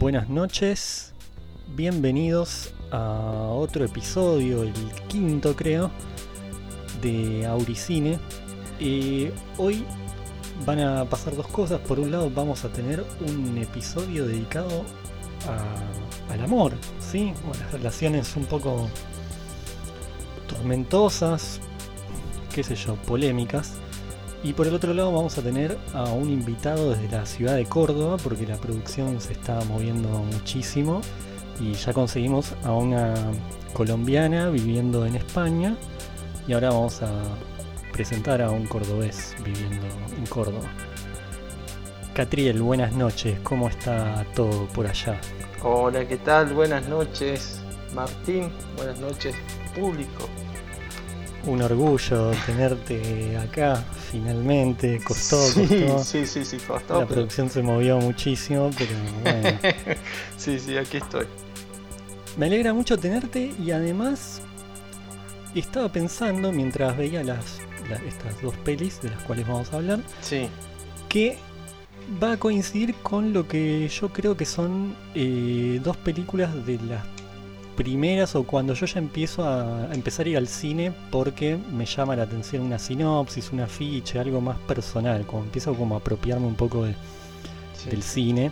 Buenas noches, bienvenidos a otro episodio, el quinto creo, de Auricine. Hoy van a pasar dos cosas. Por un lado vamos a tener un episodio dedicado al amor, ¿sí? O a las relaciones un poco tormentosas, qué sé yo, polémicas. Y por el otro lado vamos a tener a un invitado desde la ciudad de Córdoba, porque la producción se está moviendo muchísimo y ya conseguimos a una colombiana viviendo en España y ahora vamos a presentar a un cordobés viviendo en Córdoba. Catriel, buenas noches, ¿cómo está todo por allá? Hola, ¿qué tal? Buenas noches, Martín, buenas noches, público. Un orgullo tenerte acá, finalmente, costó. Sí, costó. La producción se movió muchísimo, pero bueno. Sí, aquí estoy. Me alegra mucho tenerte y además estaba pensando, mientras veía estas dos pelis de las cuales vamos a hablar, sí, que va a coincidir con lo que yo creo que son dos películas de las primeras, o cuando yo ya empiezo a empezar a ir al cine porque me llama la atención una sinopsis, un afiche, algo más personal, como empiezo como a apropiarme un poco del cine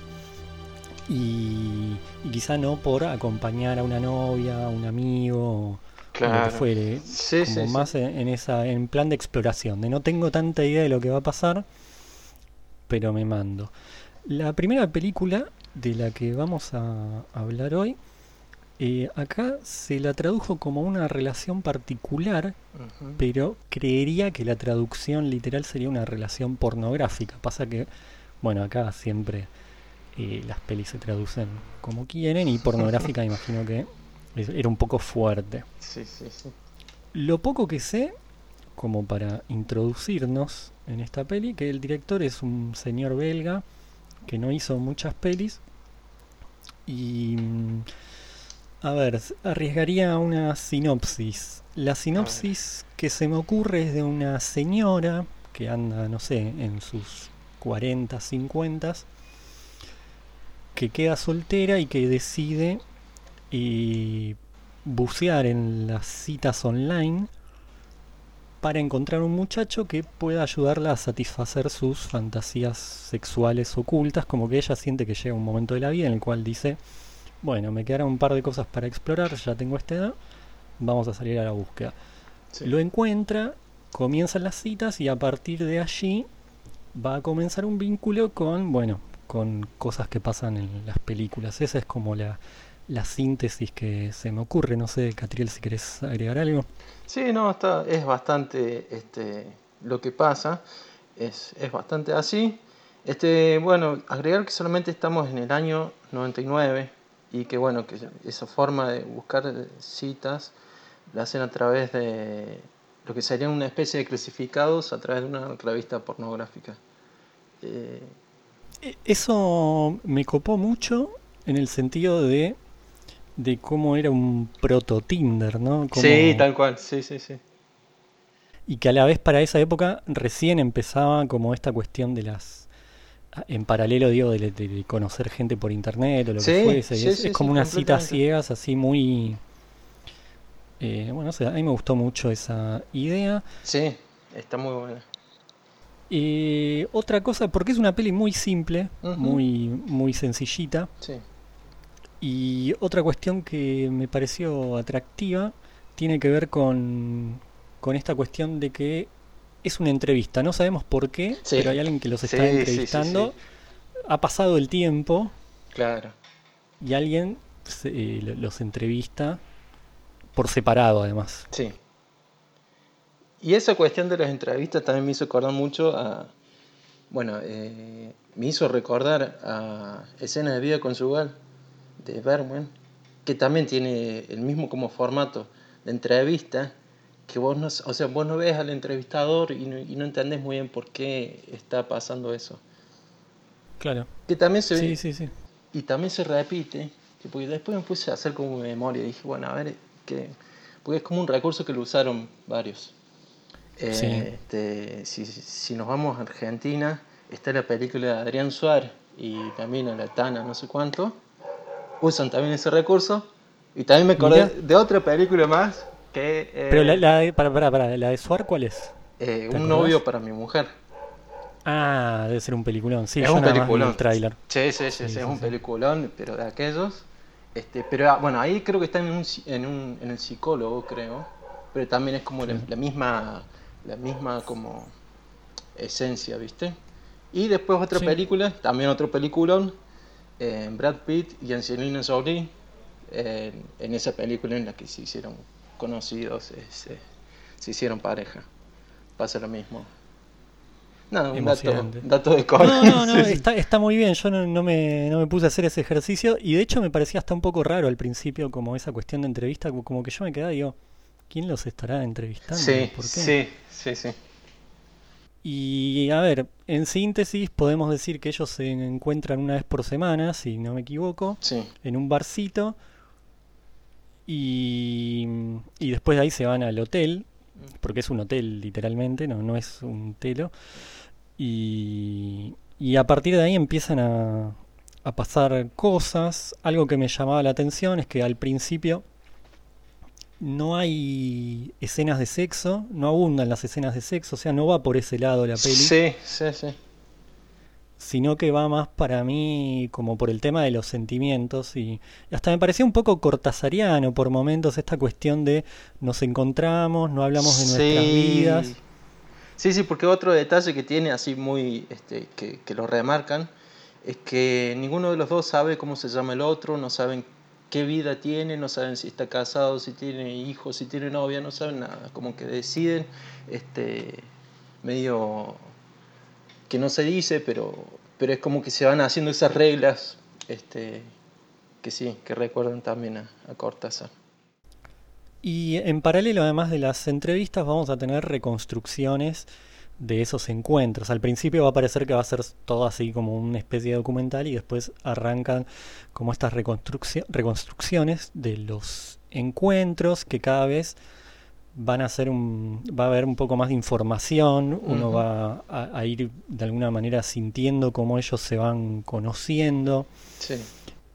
y quizá no por acompañar a una novia, a un amigo, claro, o lo que fuere, más en plan de exploración, de no tengo tanta idea de lo que va a pasar, pero me mando. La primera película de la que vamos a hablar hoy, acá se la tradujo como una relación particular, pero creería que la traducción literal sería una relación pornográfica. Pasa que, bueno, acá siempre las pelis se traducen como quieren y pornográfica imagino que era un poco fuerte. Sí. Lo poco que sé, como para introducirnos en esta peli, que el director es un señor belga que no hizo muchas pelis y... A ver, arriesgaría una sinopsis. La sinopsis que se me ocurre es de una señora que anda, no sé, en sus 40, 50, que queda soltera y que decide bucear en las citas online para encontrar un muchacho que pueda ayudarla a satisfacer sus fantasías sexuales ocultas, como que ella siente que llega un momento de la vida en el cual dice: bueno, me quedaron un par de cosas para explorar, ya tengo esta edad, vamos a salir a la búsqueda. Sí. Lo encuentra, comienzan las citas y a partir de allí va a comenzar un vínculo con cosas que pasan en las películas. Esa es como la síntesis que se me ocurre. No sé, Catriel, si querés agregar algo. Sí, no, es bastante lo que pasa, es bastante así. Bueno, agregar que solamente estamos en el año 99 y que bueno, que esa forma de buscar citas la hacen a través de lo que sería una especie de clasificados a través de una revista pornográfica. Eso me copó mucho en el sentido de cómo era un proto-Tinder, ¿no? Sí, tal cual, sí. Y que a la vez para esa época recién empezaba como esta cuestión de las... En paralelo, digo, de conocer gente por internet o lo que fuese. Es como unas citas ciegas así muy... bueno, no sé, a mí me gustó mucho esa idea. Sí, está muy buena. Otra cosa, porque es una peli muy simple, muy sencillita. Sí. Y otra cuestión que me pareció atractiva tiene que ver con esta cuestión de que es una entrevista. No sabemos por qué, pero hay alguien que los está entrevistando. Sí. Ha pasado el tiempo. Claro. Y alguien los entrevista por separado, además. Sí. Y esa cuestión de las entrevistas también me hizo acordar mucho a... Bueno, me hizo recordar a Escenas de Vida Conyugal de Bergman, que también tiene el mismo como formato de entrevista, que vos no ves al entrevistador y no entendés muy bien por qué está pasando eso. Claro. Que también se ve, sí. Y también se repite, porque después me puse a hacer como memoria y dije, bueno, a ver, porque es como un recurso que lo usaron varios. Si nos vamos a Argentina, está la película de Adrián Suárez y también a la Tana, no sé cuánto, usan también ese recurso. Y también me acordé Mirá. de otra película más que Pero ¿la de Suar cuál es? ¿Te Un novio acordás? para mi mujer. Ah, debe ser un peliculón. Sí, Es yo un nada más vi el peliculón. tráiler. Sí, Sí, es sí, un sí. peliculón, pero de aquellos. Pero bueno, ahí creo que está en el psicólogo, creo. Pero también es como Sí. la misma como esencia, ¿viste? Y después otra Sí. película, también otro peliculón, Brad Pitt y Angelina Jolie, en esa película en la que se hicieron conocidos, se hicieron pareja. Pasa lo mismo. No, Emocionante. dato de color. No, no, no, Sí, sí. está muy bien. Yo no me puse a hacer ese ejercicio y de hecho me parecía hasta un poco raro al principio, como esa cuestión de entrevista, como que yo me quedaba y digo, ¿quién los estará entrevistando? Sí, ¿Por qué? sí, sí, sí. Y a ver, en síntesis podemos decir que ellos se encuentran una vez por semana, si no me equivoco, Sí. en un barcito y después de ahí se van al hotel, porque es un hotel literalmente, no es un telo. Y a partir de ahí empiezan a pasar cosas. Algo que me llamaba la atención es que al principio no hay escenas de sexo, no abundan las escenas de sexo, o sea, no va por ese lado la peli, Sí, sí, sí. sino que va más para mí como por el tema de los sentimientos y hasta me parecía un poco cortasariano por momentos esta cuestión de nos encontramos, no hablamos de nuestras Sí. vidas. Sí, sí, porque otro detalle que tiene así muy, que lo remarcan, es que ninguno de los dos sabe cómo se llama el otro, no saben qué vida tiene, no saben si está casado, si tiene hijos, si tiene novia, no saben nada, como que deciden, este, medio que no se dice, pero es como que se van haciendo esas reglas, este, que sí, que recuerdan también a Cortázar. Y en paralelo, además de las entrevistas, vamos a tener reconstrucciones de esos encuentros. Al principio va a parecer que va a ser todo así como una especie de documental y después arrancan como estas reconstrucciones de los encuentros que cada vez va a haber un poco más de información, uno Ujú. va a ir de alguna manera sintiendo cómo ellos se van conociendo. Sí,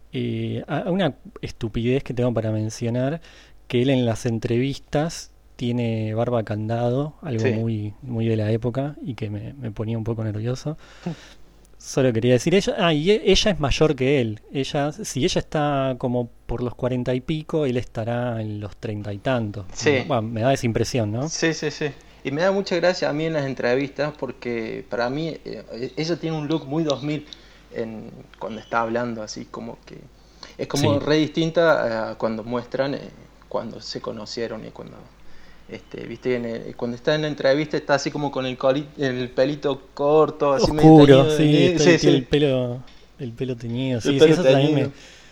Una estupidez que tengo para mencionar, que él en las entrevistas tiene barba candado, algo sí. muy de la época y que me ponía un poco nervioso. Solo quería decir ella, ella es mayor que él. Si ella está como por los 40 y pico, él estará en los 30 y tantos. Sí, Bueno, me da esa impresión, ¿no? sí, sí, sí. Y me da mucha gracia a mí en las entrevistas porque para mí ella tiene un look muy 2000 cuando está hablando, así como que es como Sí. re distinta a cuando muestran cuando se conocieron y cuando, viste, cuando está en la entrevista está así como con el pelito corto, así medio Oscuro, teñido. sí, Sí, tiene sí, el pelo teñido. el Sí, sí, pelo eso también teñido.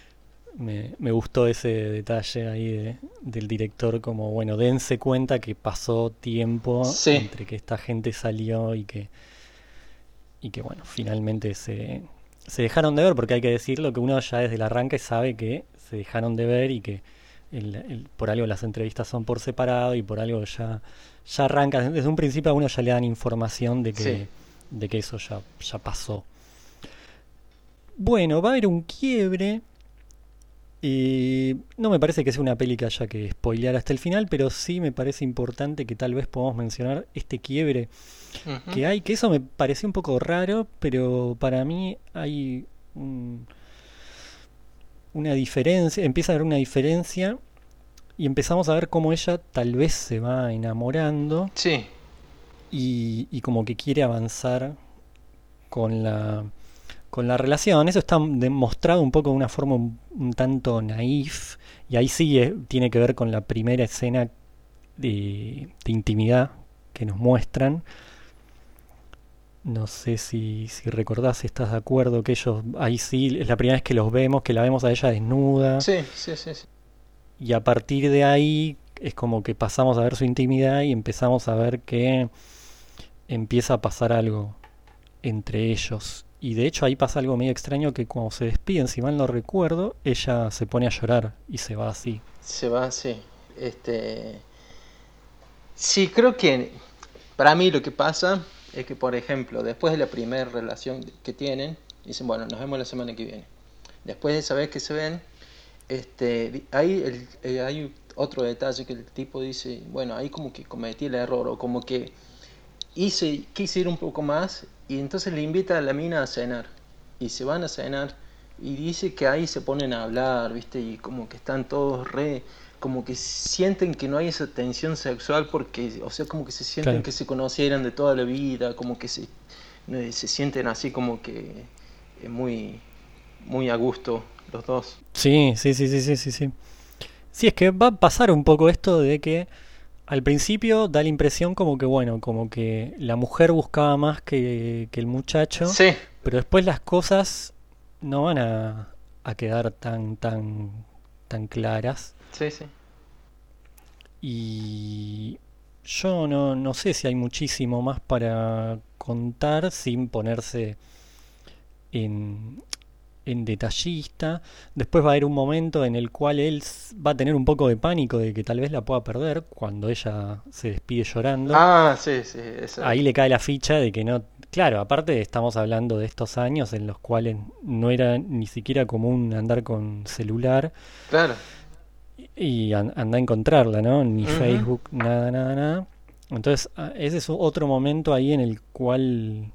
me gustó ese detalle ahí del director, como bueno, dense cuenta que pasó tiempo Sí, entre que esta gente salió y que bueno, finalmente se dejaron de ver, porque hay que decirlo que uno ya desde el arranque sabe que se dejaron de ver y que por algo las entrevistas son por separado y por algo ya arranca, desde un principio a uno ya le dan información sí. de que eso ya pasó. Bueno, va a haber un quiebre. No me parece que sea una peli que haya que spoilear hasta el final, pero sí me parece importante que tal vez podamos mencionar este quiebre Ujú. que hay, que eso me pareció un poco raro, pero para mí hay un- una diferencia, empieza a haber una diferencia y empezamos a ver cómo ella tal vez se va enamorando Sí, y como que quiere avanzar con con la relación. Eso está demostrado un poco de una forma un tanto naif. Y ahí sí tiene que ver con la primera escena de intimidad que nos muestran. No sé si recordás, si estás de acuerdo que ellos, ahí sí, es la primera vez que los vemos, que la vemos a ella desnuda. sí, sí, sí, sí. Y a partir de ahí es como que pasamos a ver su intimidad y empezamos a ver que empieza a pasar algo entre ellos. Y de hecho ahí pasa algo medio extraño que cuando se despiden, si mal no recuerdo, ella se pone a llorar y se va así. Se va, sí. Este, sí, creo que para mí lo que pasa es que, por ejemplo, después de la primera relación que tienen, dicen, bueno, nos vemos la semana que viene. Después de esa vez que se ven, hay otro detalle que el tipo dice, bueno, ahí como que cometí el error, o como que quise ir un poco más, y entonces le invita a la mina a cenar, y se van a cenar, y dice que ahí se ponen a hablar, ¿viste? Y como que están todos como que sienten que no hay esa tensión sexual porque, o sea, como que se sienten Claro. que se conocieran de toda la vida, como que se sienten así como que muy, muy a gusto los dos. Sí, sí, sí, sí, sí, sí, sí. Sí, es que va a pasar un poco esto de que al principio da la impresión como que, bueno, como que la mujer buscaba más que el muchacho, Sí, pero después las cosas no van a quedar tan claras. sí, sí. Y yo no sé si hay muchísimo más para contar sin ponerse en, en detallista. Después va a haber un momento en el cual va a tener un poco de pánico de que tal vez la pueda perder cuando ella se despide llorando. Ah, sí, sí, esa. Ahí le cae la ficha de que no... Claro, aparte estamos hablando de estos años en los cuales no era ni siquiera común andar con celular Claro. y anda a encontrarla, ¿no? Ni Ujú. Facebook, nada, nada, nada. Entonces, ese es otro momento ahí en el cual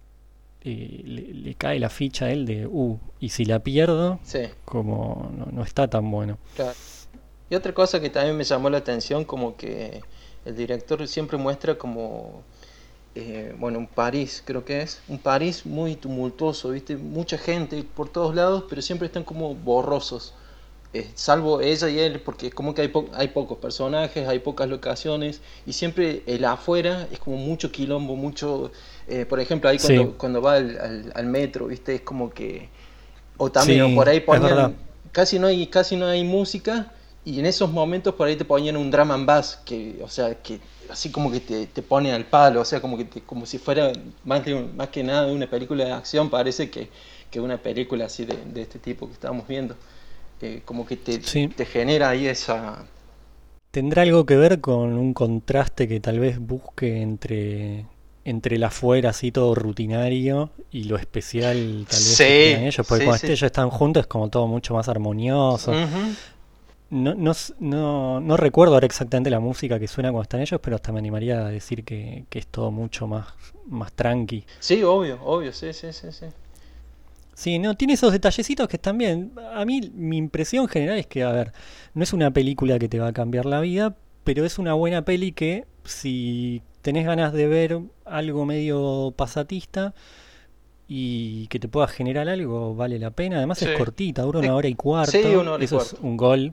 le cae la ficha a él de, y si la pierdo, Sí, como no está tan bueno. claro. Y otra cosa que también me llamó la atención, como que el director siempre muestra como, bueno, un París, creo que es, un París muy tumultuoso, ¿viste? Mucha gente por todos lados, pero siempre están como borrosos. Salvo ella y él, porque como que hay pocos personajes, hay pocas locaciones, y siempre el afuera es como mucho quilombo, mucho, por ejemplo, ahí Sí, cuando va al metro, ¿viste? Es como que, o también, o por sí, ahí es verdad. ponían, casi no hay música, y en esos momentos por ahí te ponían un drum and bass, que, o sea, que así como que te pone al palo, o sea, como si fuera más que nada una película de acción, parece que una película así de este tipo que estábamos viendo. Como que Sí. te genera ahí esa... ¿Tendrá algo que ver con un contraste que tal vez busque entre el afuera así todo rutinario y lo especial tal vez que Sí, crean ellos? Porque sí, cuando sí. ellos están juntos es como todo mucho más armonioso. Ujú. No recuerdo ahora exactamente la música que suena cuando están ellos, pero hasta me animaría a decir que es todo mucho más tranqui. Sí, obvio, obvio, sí, sí, sí, sí. Sí, no, tiene esos detallecitos que están bien. A mí mi impresión general es que, a ver, no es una película que te va a cambiar la vida, pero es una buena peli que si tenés ganas de ver algo medio pasatista y que te pueda generar algo, vale la pena. Además es Sí. cortita, dura Es- una hora y sí, cuarto. una hora y Eso es cuarto. un gol.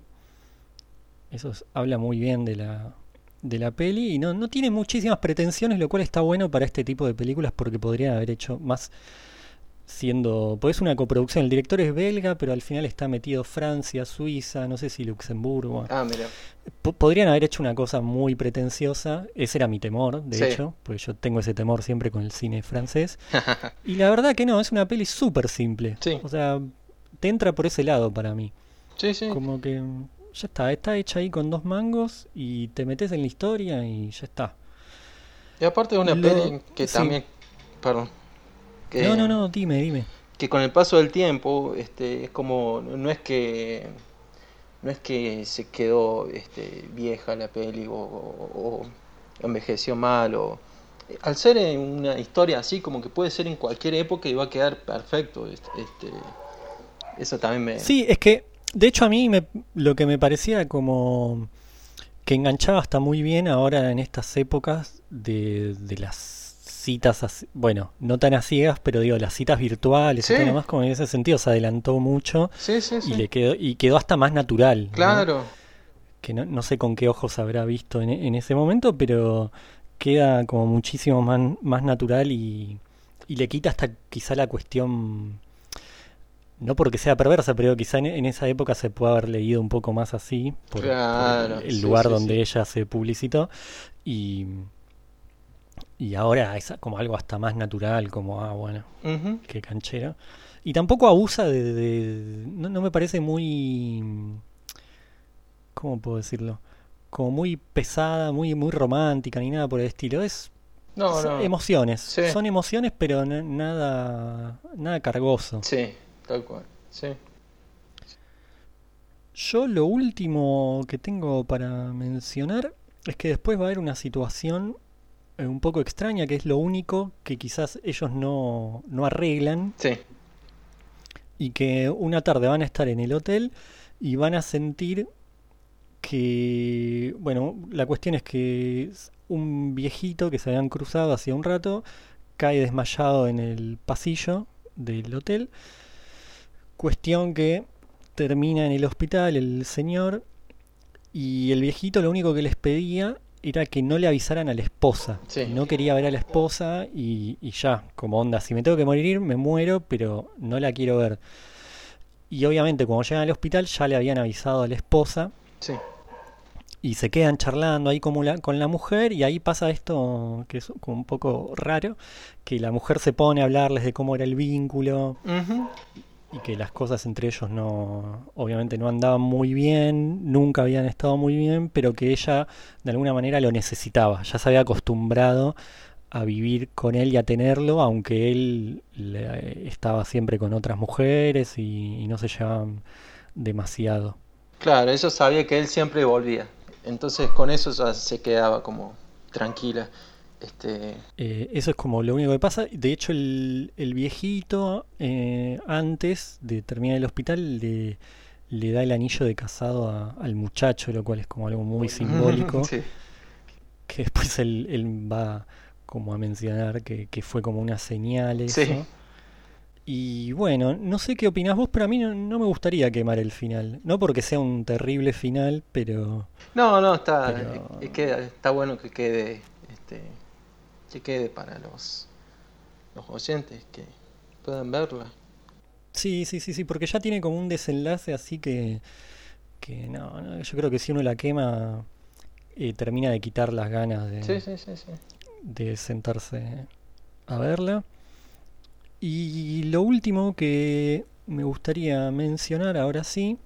Habla muy bien de la peli y no tiene muchísimas pretensiones, lo cual está bueno para este tipo de películas porque podrían haber hecho más siendo, pues es una coproducción, el director es belga, pero al final está metido Francia, Suiza, no sé si Luxemburgo. Ah, mira. Podrían haber hecho una cosa muy pretenciosa, ese era mi temor, de Sí. hecho, porque yo tengo ese temor siempre con el cine francés. Y la verdad que no, es una peli súper simple, Sí, o sea, te entra por ese lado para mí, sí, sí. como que ya está hecha ahí con dos mangos y te metes en la historia y ya está. Y aparte de una Lo, peli que sí, también, perdón, no, que, dime. que con el paso del tiempo, es como, no es que se quedó vieja la peli o envejeció mal al ser una historia así como que puede ser en cualquier época y va a quedar perfecto. Eso también me... Sí, es que, de hecho, lo que me parecía como que enganchaba hasta muy bien ahora en estas épocas de las citas, bueno, no tan a ciegas, pero digo, las citas virtuales y todo lo Sí, demás, como en ese sentido se adelantó mucho sí, sí, y sí. quedó hasta más natural, ¿no? Claro. Que no sé con qué ojos habrá visto en ese momento, pero queda como muchísimo más natural y le quita hasta quizá la cuestión no porque sea perversa, pero quizá en esa época se puede haber leído un poco más así, por Claro, el sí, lugar sí, sí. donde ella se publicitó, y, y ahora es como algo hasta más natural, como, bueno, Ujú. qué canchero. Y tampoco abusa no me parece muy, ¿cómo puedo decirlo? Como muy pesada, muy romántica, ni nada por el estilo. No, no. Emociones, Sí, son emociones, pero nada cargoso. sí, tal cual. Sí. Yo lo último que tengo para mencionar es que después va a haber una situación un poco extraña, que es lo único que quizás ellos no arreglan, Sí, y que una tarde van a estar en el hotel y van a sentir que, bueno, la cuestión es que un viejito que se habían cruzado hacía un rato cae desmayado en el pasillo del hotel. Cuestión que termina en el hospital el señor, y el viejito lo único que les pedía era que no le avisaran a la esposa, que sí, no quería ver a la esposa y ya, como onda, si me tengo que morir, me muero, pero no la quiero ver. Y obviamente cuando llegan al hospital ya le habían avisado a la esposa sí. y se quedan charlando ahí como con la mujer, y ahí pasa esto que es como un poco raro, que la mujer se pone a hablarles de cómo era el vínculo Ujú. y que las cosas entre ellos obviamente no andaban muy bien, nunca habían estado muy bien, pero que ella de alguna manera lo necesitaba, ya se había acostumbrado a vivir con él y a tenerlo, aunque él estaba siempre con otras mujeres y no se llevaban demasiado. Claro, ella sabía que él siempre volvía. Entonces con eso ya se quedaba como tranquila. Este, Eso es como lo único que pasa. De hecho, el viejito, antes de terminar el hospital, le da el anillo de casado al muchacho, lo cual es como algo muy simbólico, sí, que después él va como a mencionar que fue como una señal sí. eso. Y bueno, no sé qué opinás vos, pero a mí no me gustaría quemar el final. No porque sea un terrible final, No, no, está, pero está bueno que quede para los oyentes que puedan verla. sí, sí, sí, sí, porque ya tiene como un desenlace así que no, yo creo que si uno la quema, termina de quitar las ganas Sí, sí, sí, sí. de sentarse a verla. Y lo último que me gustaría mencionar ahora sí,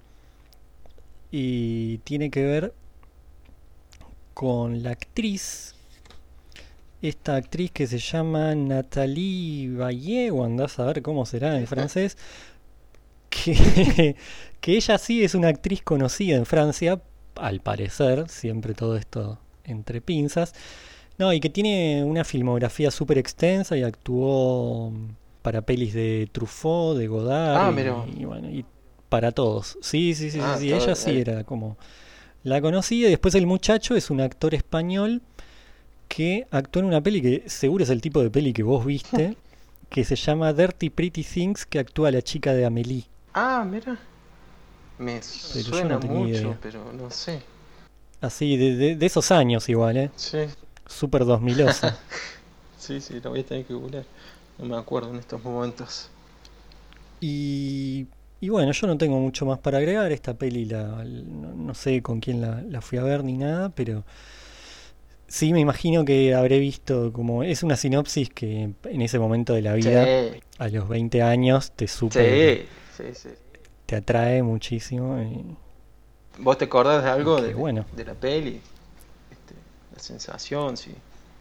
y tiene que ver con la actriz, esta actriz que se llama Nathalie Baye, o andás a ver cómo será en francés, que, que ella sí es una actriz conocida en Francia, al parecer, siempre todo esto entre pinzas. No, y que tiene una filmografía súper extensa y actuó para pelis de Truffaut, de Godard Ah, mira. y bueno, y para todos. Sí, sí, sí, sí, Ah, sí, todo, ella sí era como la conocida. Y después el muchacho es un actor español que actuó en una peli que seguro es el tipo de peli que vos viste, que se llama Dirty Pretty Things, que actúa la chica de Amélie. ah, mira. Me Pero yo suena no tenía mucho, idea. pero no sé. Así, de esos años igual, ¿eh? Sí, Súper 2000osa. sí, sí, lo voy a tener que googlear. No me acuerdo en estos momentos. Y, y bueno, yo no tengo mucho más para agregar. Esta peli no sé con quién la fui a ver ni nada, pero sí me imagino que habré visto como... Es una sinopsis que en ese momento de la vida, Sí, a los 20 años, sí, sí, sí. te atrae muchísimo. ¿Vos te acordás de Y algo que bueno. de la peli? La sensación, sí.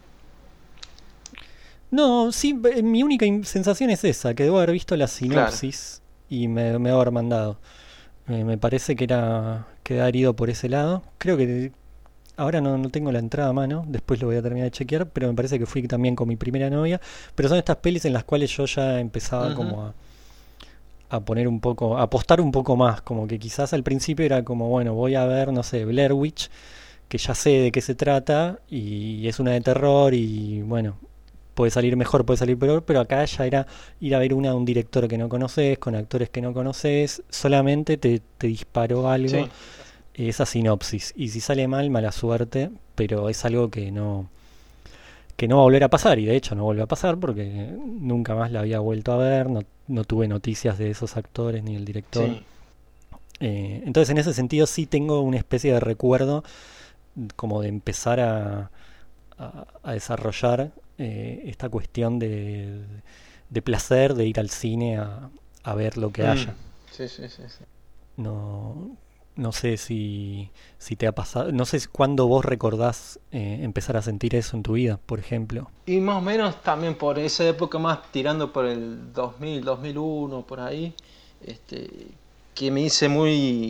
No, sí, mi única sensación es esa, que debo haber visto la Claro. sinopsis y me debo haber mandado. Me parece que era quedar ido por ese lado. Creo que ahora no tengo la entrada a mano, después lo voy a terminar de chequear, pero me parece que fui también con mi primera novia. Pero son estas pelis en las cuales yo ya empezaba Ujú. como a poner un poco, a apostar un poco más, como que quizás al principio era como, bueno, voy a ver, no sé, Blair Witch, que ya sé de qué se trata y es una de terror y bueno, puede salir mejor, puede salir peor, pero acá ya era ir a ver una de un director que no conoces, con actores que no conoces, solamente te disparó algo, Sí, esa sinopsis. Y si sale mal, mala suerte, pero es algo que no va a volver a pasar, y de hecho no vuelve a pasar porque nunca más la había vuelto a ver, no tuve noticias de esos actores ni el director. sí. Entonces en ese sentido sí tengo una especie de recuerdo como de empezar a desarrollar esta cuestión de placer de ir al cine a ver lo que Mm. haya. Sí, sí, sí, sí. No, no sé si te ha pasado, no sé cuándo vos recordás empezar a sentir eso en tu vida, por ejemplo. Y más o menos también por esa época, más tirando por el 2000, 2001, por ahí, este, que me hice muy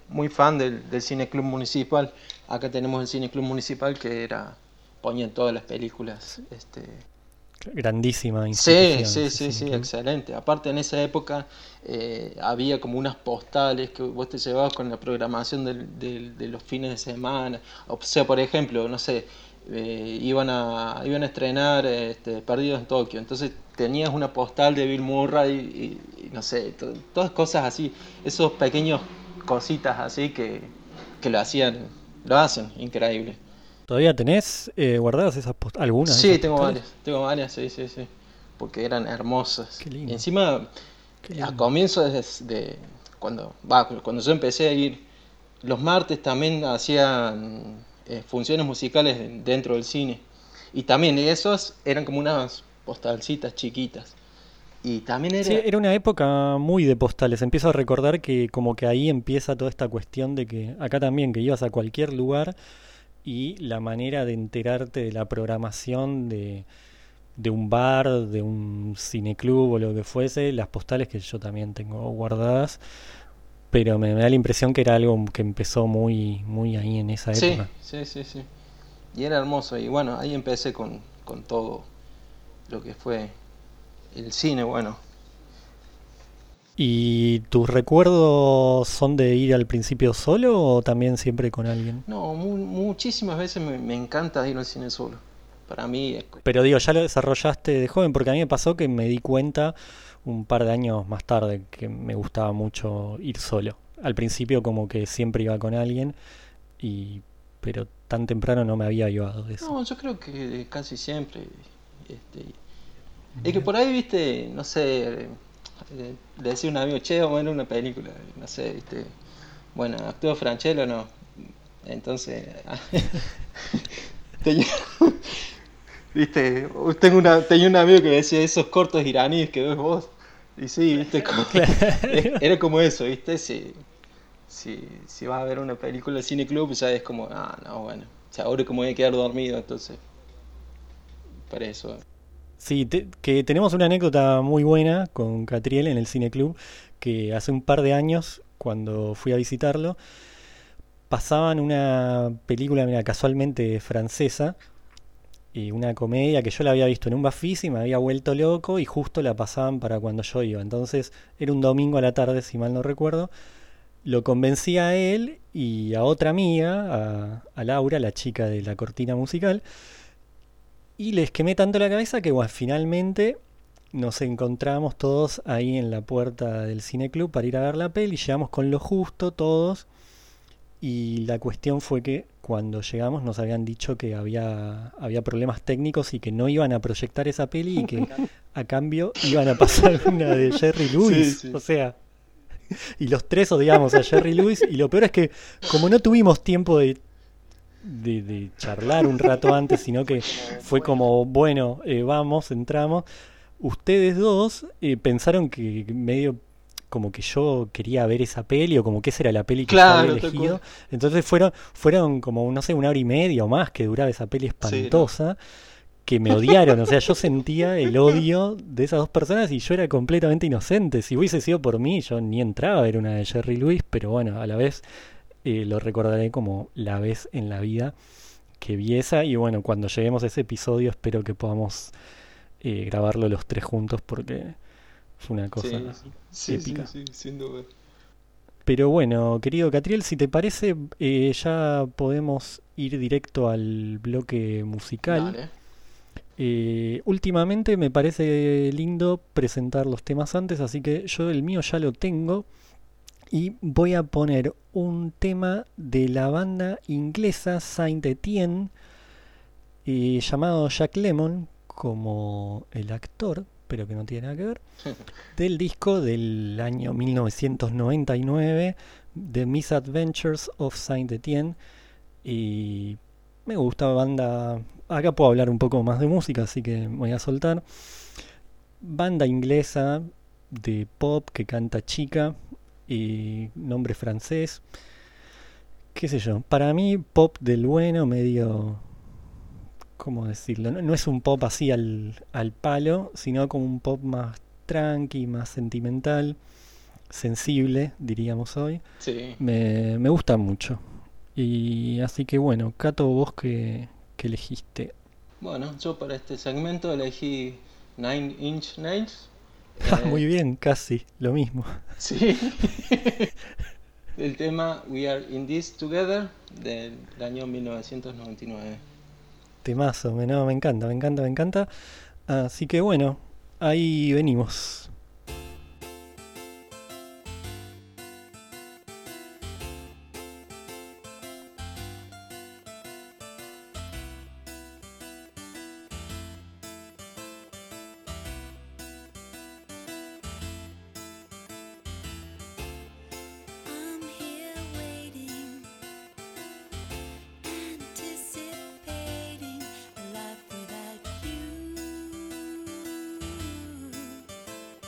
muy fan del Cine Club Municipal. Acá tenemos el Cine Club Municipal que ponían todas las películas. Grandísima Sí, institución sí, ese sí, cine sí, club. excelente. Aparte en esa época había como unas postales que vos te llevabas con la programación de los fines de semana. O sea, por ejemplo, no sé, iban a estrenar Perdidos en Tokio. Entonces tenías una postal de Bill Murray y no sé, todas cosas así. Esos pequeños cositas así que lo hacen increíble. ¿Todavía tenés guardadas esas algunas de Sí, esas postales? tengo varias, sí, sí, sí, porque eran hermosas. Qué lindo, Encima, qué a lindo. comienzos cuando yo empecé a ir, los martes también hacían funciones musicales dentro del cine. Y también esos eran como unas postalcitas chiquitas. Y también Sí, era, era una época muy de postales. Empiezo a recordar que como que ahí empieza toda esta cuestión de que acá también, que ibas a cualquier lugar y la manera de enterarte de la programación de un bar, de un cineclub o lo que fuese, las postales que yo también tengo guardadas, pero me da la impresión que era algo que empezó muy, muy ahí en esa sí, época. sí, sí, sí. Y era hermoso. Y bueno, ahí empecé con todo lo que fue el cine, bueno. ¿Y tus recuerdos son de ir al principio solo o también siempre con alguien? No, muchísimas veces me encanta ir al cine solo. Para mí, Pero digo, ya lo desarrollaste de joven, porque a mí me pasó que me di cuenta un par de años más tarde que me gustaba mucho ir solo. Al principio como que siempre iba con alguien, y pero tan temprano no me había avivado de eso. no, yo creo que casi siempre. Este, es que Mira. por ahí, viste, no sé, le decía a un amigo, che, vamos a ver una película, no sé, viste. Bueno, actúa Franchella o no. Entonces, tenía, viste, tenía un amigo que decía esos cortos iraníes que ves vos. Y sí, viste, Claro. era como eso, viste, si vas a ver una película de cine club, ya es como, no, bueno, o sea, ahora como voy a quedar dormido, entonces, para eso. Sí, que tenemos una anécdota muy buena con Catriel en el Cine Club, que hace un par de años, cuando fui a visitarlo, pasaban una película, mira, casualmente francesa, y una comedia que yo la había visto en un Bafisi, me había vuelto loco y justo la pasaban para cuando yo iba. Entonces era un domingo a la tarde, si mal no recuerdo. Lo convencí a él y a otra amiga, a Laura, la chica de la cortina musical, y les quemé tanto la cabeza que bueno, finalmente nos encontramos todos ahí en la puerta del cineclub para ir a ver la peli. Llegamos con lo justo todos. Y la cuestión fue que cuando llegamos nos habían dicho que había problemas técnicos y que no iban a proyectar esa peli y que a cambio iban a pasar una de Jerry Sí, Lewis. sí. O sea, y los tres odiamos a Jerry Lewis. Y lo peor es que como no tuvimos tiempo de charlar un rato antes, sino que fue como, bueno, vamos, entramos, ustedes dos pensaron que medio como que yo quería ver esa peli o como que esa era la peli que yo había Claro, tal cual. elegido. Entonces fueron como, no sé, una hora y media o más que duraba esa peli Sí, no. espantosa, que me odiaron. O sea, yo sentía el odio de esas dos personas y yo era completamente inocente. Si hubiese sido por mí, yo ni entraba a ver una de Jerry Lewis, pero bueno, a la vez lo recordaré como la vez en la vida que vi esa. Y bueno, cuando lleguemos a ese episodio espero que podamos grabarlo los tres juntos porque fue una Sí, cosa sí, sí, épica. sí, sin duda. Pero bueno, querido Catriel, si te parece, ya podemos ir directo al bloque musical. Dale. Últimamente me parece lindo presentar los temas antes, así que yo el mío ya lo tengo y voy a poner un tema de la banda inglesa Saint Etienne, llamado Jack Lemmon, como el actor, pero que no tiene nada que ver, del disco del año 1999, The Misadventures of Saint Etienne. Y me gusta banda. Acá puedo hablar un poco más de música, así que me voy a soltar. Banda inglesa de pop que canta chica y nombre francés. ¿Qué sé yo? Para mí, pop del bueno, medio. ¿Cómo decirlo? No, no es un pop así al palo, sino como un pop más tranqui, más sentimental. sensible, diríamos hoy, Sí. me gusta mucho. Y así que bueno, Cato, vos que elegiste. Bueno, yo para este segmento elegí Nine Inch Nails. Ah, eh, muy bien, casi lo mismo. sí. Del tema We Are in This Together del año 1999. Temazo, no, me encanta, me encanta, me encanta. Así que bueno, ahí venimos. I'm here waiting, anticipating a life without you.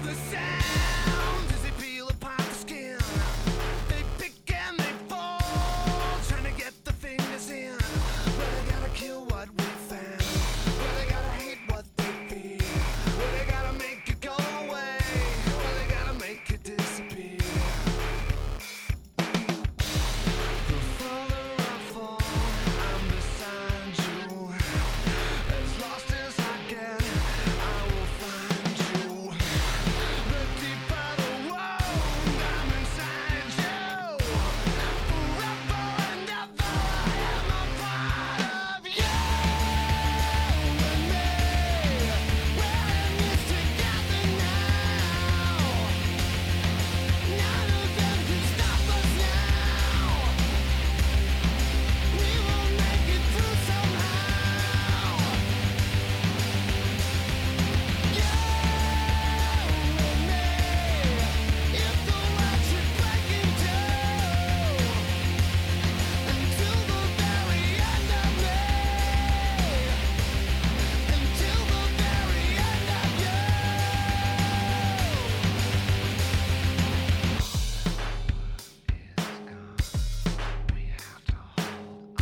The sounds as they peel apart the skin. They pick and they fall, trying to get the fingers in. But they gotta kill what we found. But they gotta hate what they feel. But they gotta make it go away. But they gotta make it disappear. The further I fall, I'm beside you. As lost as I get, I will find you. The deeper the wound, I'm inside you. Forever and ever, I am a part of you and me. We're in this together now. None of them can stop us now. We will make it through somehow. You and me. If the world should break in two, until the very end of me, until the very end of you. We have to hold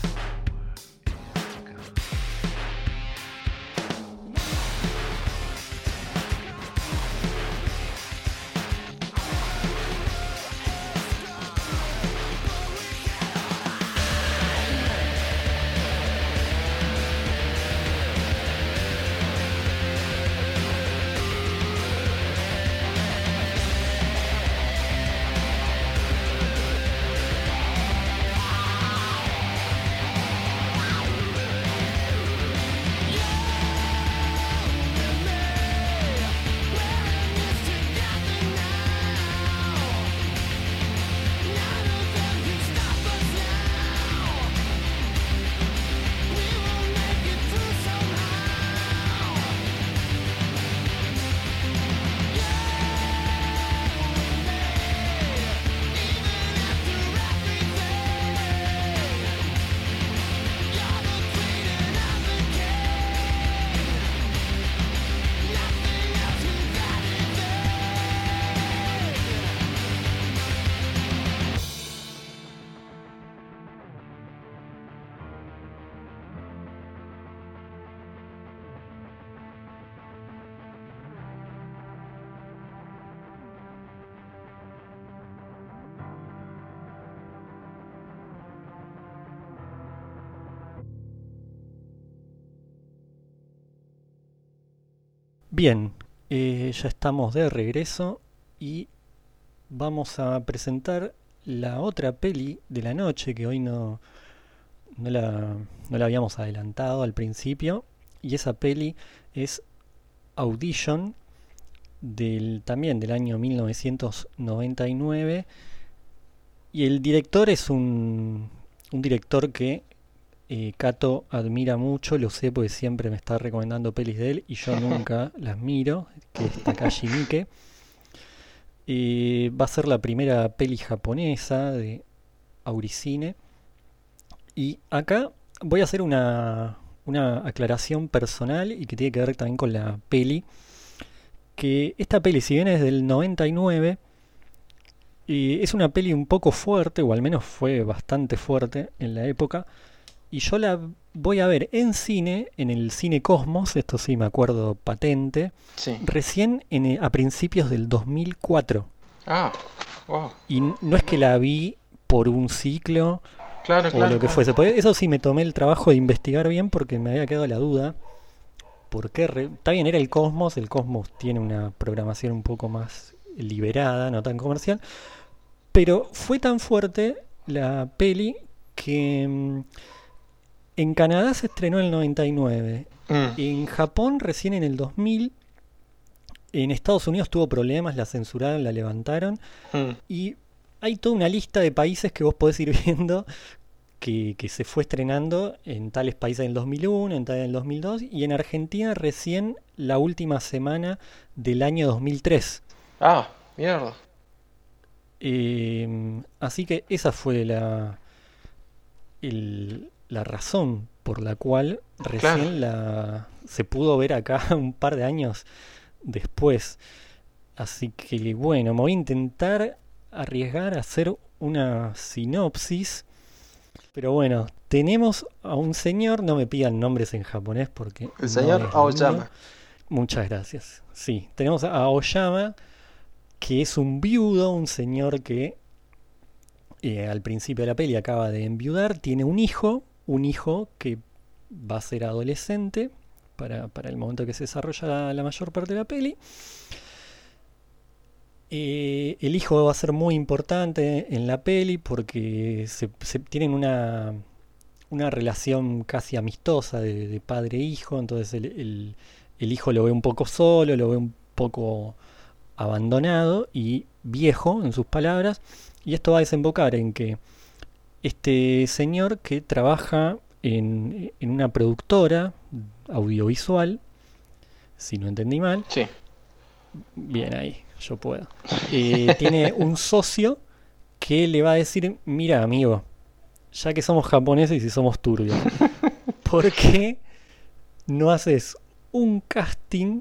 Bien, ya estamos de regreso y vamos a presentar la otra peli de la noche que hoy no la habíamos adelantado al principio. Y esa peli es Audition, también del año 1999. Y el director es un director que Cato admira mucho, lo sé porque siempre me está recomendando pelis de él y yo nunca las miro, que es Takashi Miike. Va a ser la primera peli japonesa de Auricine. Y acá voy a hacer una aclaración personal y que tiene que ver también con la peli. Que esta peli, si bien es del 99, es una peli un poco fuerte, o al menos fue bastante fuerte en la época. Y yo la voy a ver en cine, en el Cine Cosmos, esto sí me acuerdo patente, Sí. recién a principios del 2004. Ah, wow. Y no es que la vi por un ciclo Claro, o claro, lo que claro. fuese. Porque eso sí me tomé el trabajo de investigar bien porque me había quedado la duda. Porque está bien, era el Cosmos tiene una programación un poco más liberada, no tan comercial. Pero fue tan fuerte la peli que en Canadá se estrenó en el 99, Mm, en Japón recién en el 2000, en Estados Unidos tuvo problemas, la censuraron, la levantaron, mm. y hay toda una lista de países que vos podés ir viendo que se fue estrenando en tales países en el 2001, en tales en el 2002, y en Argentina recién la última semana del año 2003. Ah, mierda. Así que esa fue la razón por la cual recién se pudo ver acá un par de años después. Así que bueno, me voy a intentar arriesgar a hacer una sinopsis. Pero bueno, tenemos a un señor, no me pidan nombres en japonés porque El no señor es lo Aoyama. mío. Muchas gracias. Sí, tenemos a Aoyama, que es un viudo, un señor que al principio de la peli acaba de enviudar, tiene un hijo que va a ser adolescente para el momento que se desarrolla la mayor parte de la peli. El hijo va a ser muy importante en la peli porque tienen una relación casi amistosa de padre e hijo, entonces el hijo lo ve un poco solo, lo ve un poco abandonado y viejo, en sus palabras, y esto va a desembocar en que este señor que trabaja en una productora audiovisual, si no entendí mal, Sí. bien ahí, yo puedo, tiene un socio que le va a decir, mira amigo, ya que somos japoneses y somos turbios, ¿por qué no haces un casting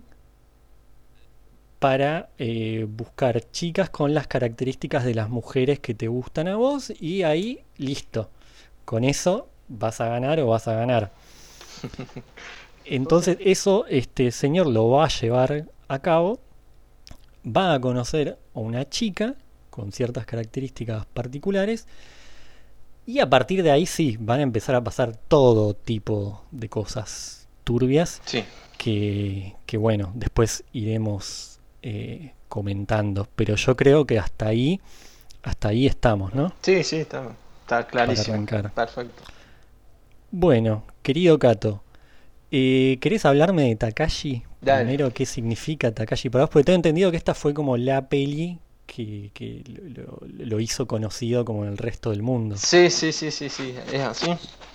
para buscar chicas con las características de las mujeres que te gustan a vos? Y ahí, listo. Con eso vas a ganar o vas a ganar. Entonces eso este señor lo va a llevar a cabo. Va a conocer a una chica con ciertas características particulares. Y a partir de ahí sí, van a empezar a pasar todo tipo de cosas turbias. Sí. Que bueno, después iremos comentando, pero yo creo que hasta ahí estamos, ¿no? Sí, está Para clarísimo. arrancar. Perfecto. Bueno, querido Kato, ¿querés hablarme de Takashi? Dale. Primero, ¿qué significa Takashi para vos? Porque tengo entendido que esta fue como la peli que lo hizo conocido como en el resto del mundo. Sí, es así.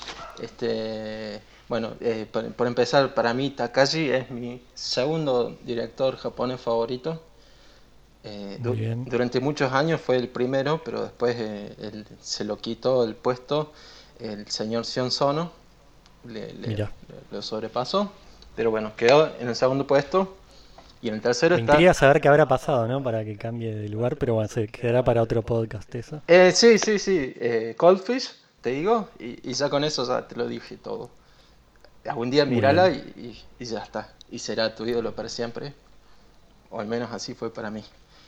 Bueno, por empezar, para mí Takashi es mi segundo director japonés favorito. Muy bien. Durante muchos años fue el primero, pero después se lo quitó el puesto el señor Sion Sono, Mirá. lo sobrepasó, pero bueno, quedó en el segundo puesto y en el tercero Me está... intriga saber qué habrá pasado, ¿no? Para que cambie de lugar, pero bueno, se quedará para otro podcast eso. Sí, Coldfish, te digo, y ya con eso ya te lo dije todo. Algún día Muy mírala bien. y ya está, y será tu ídolo para siempre, o al menos así fue para mí.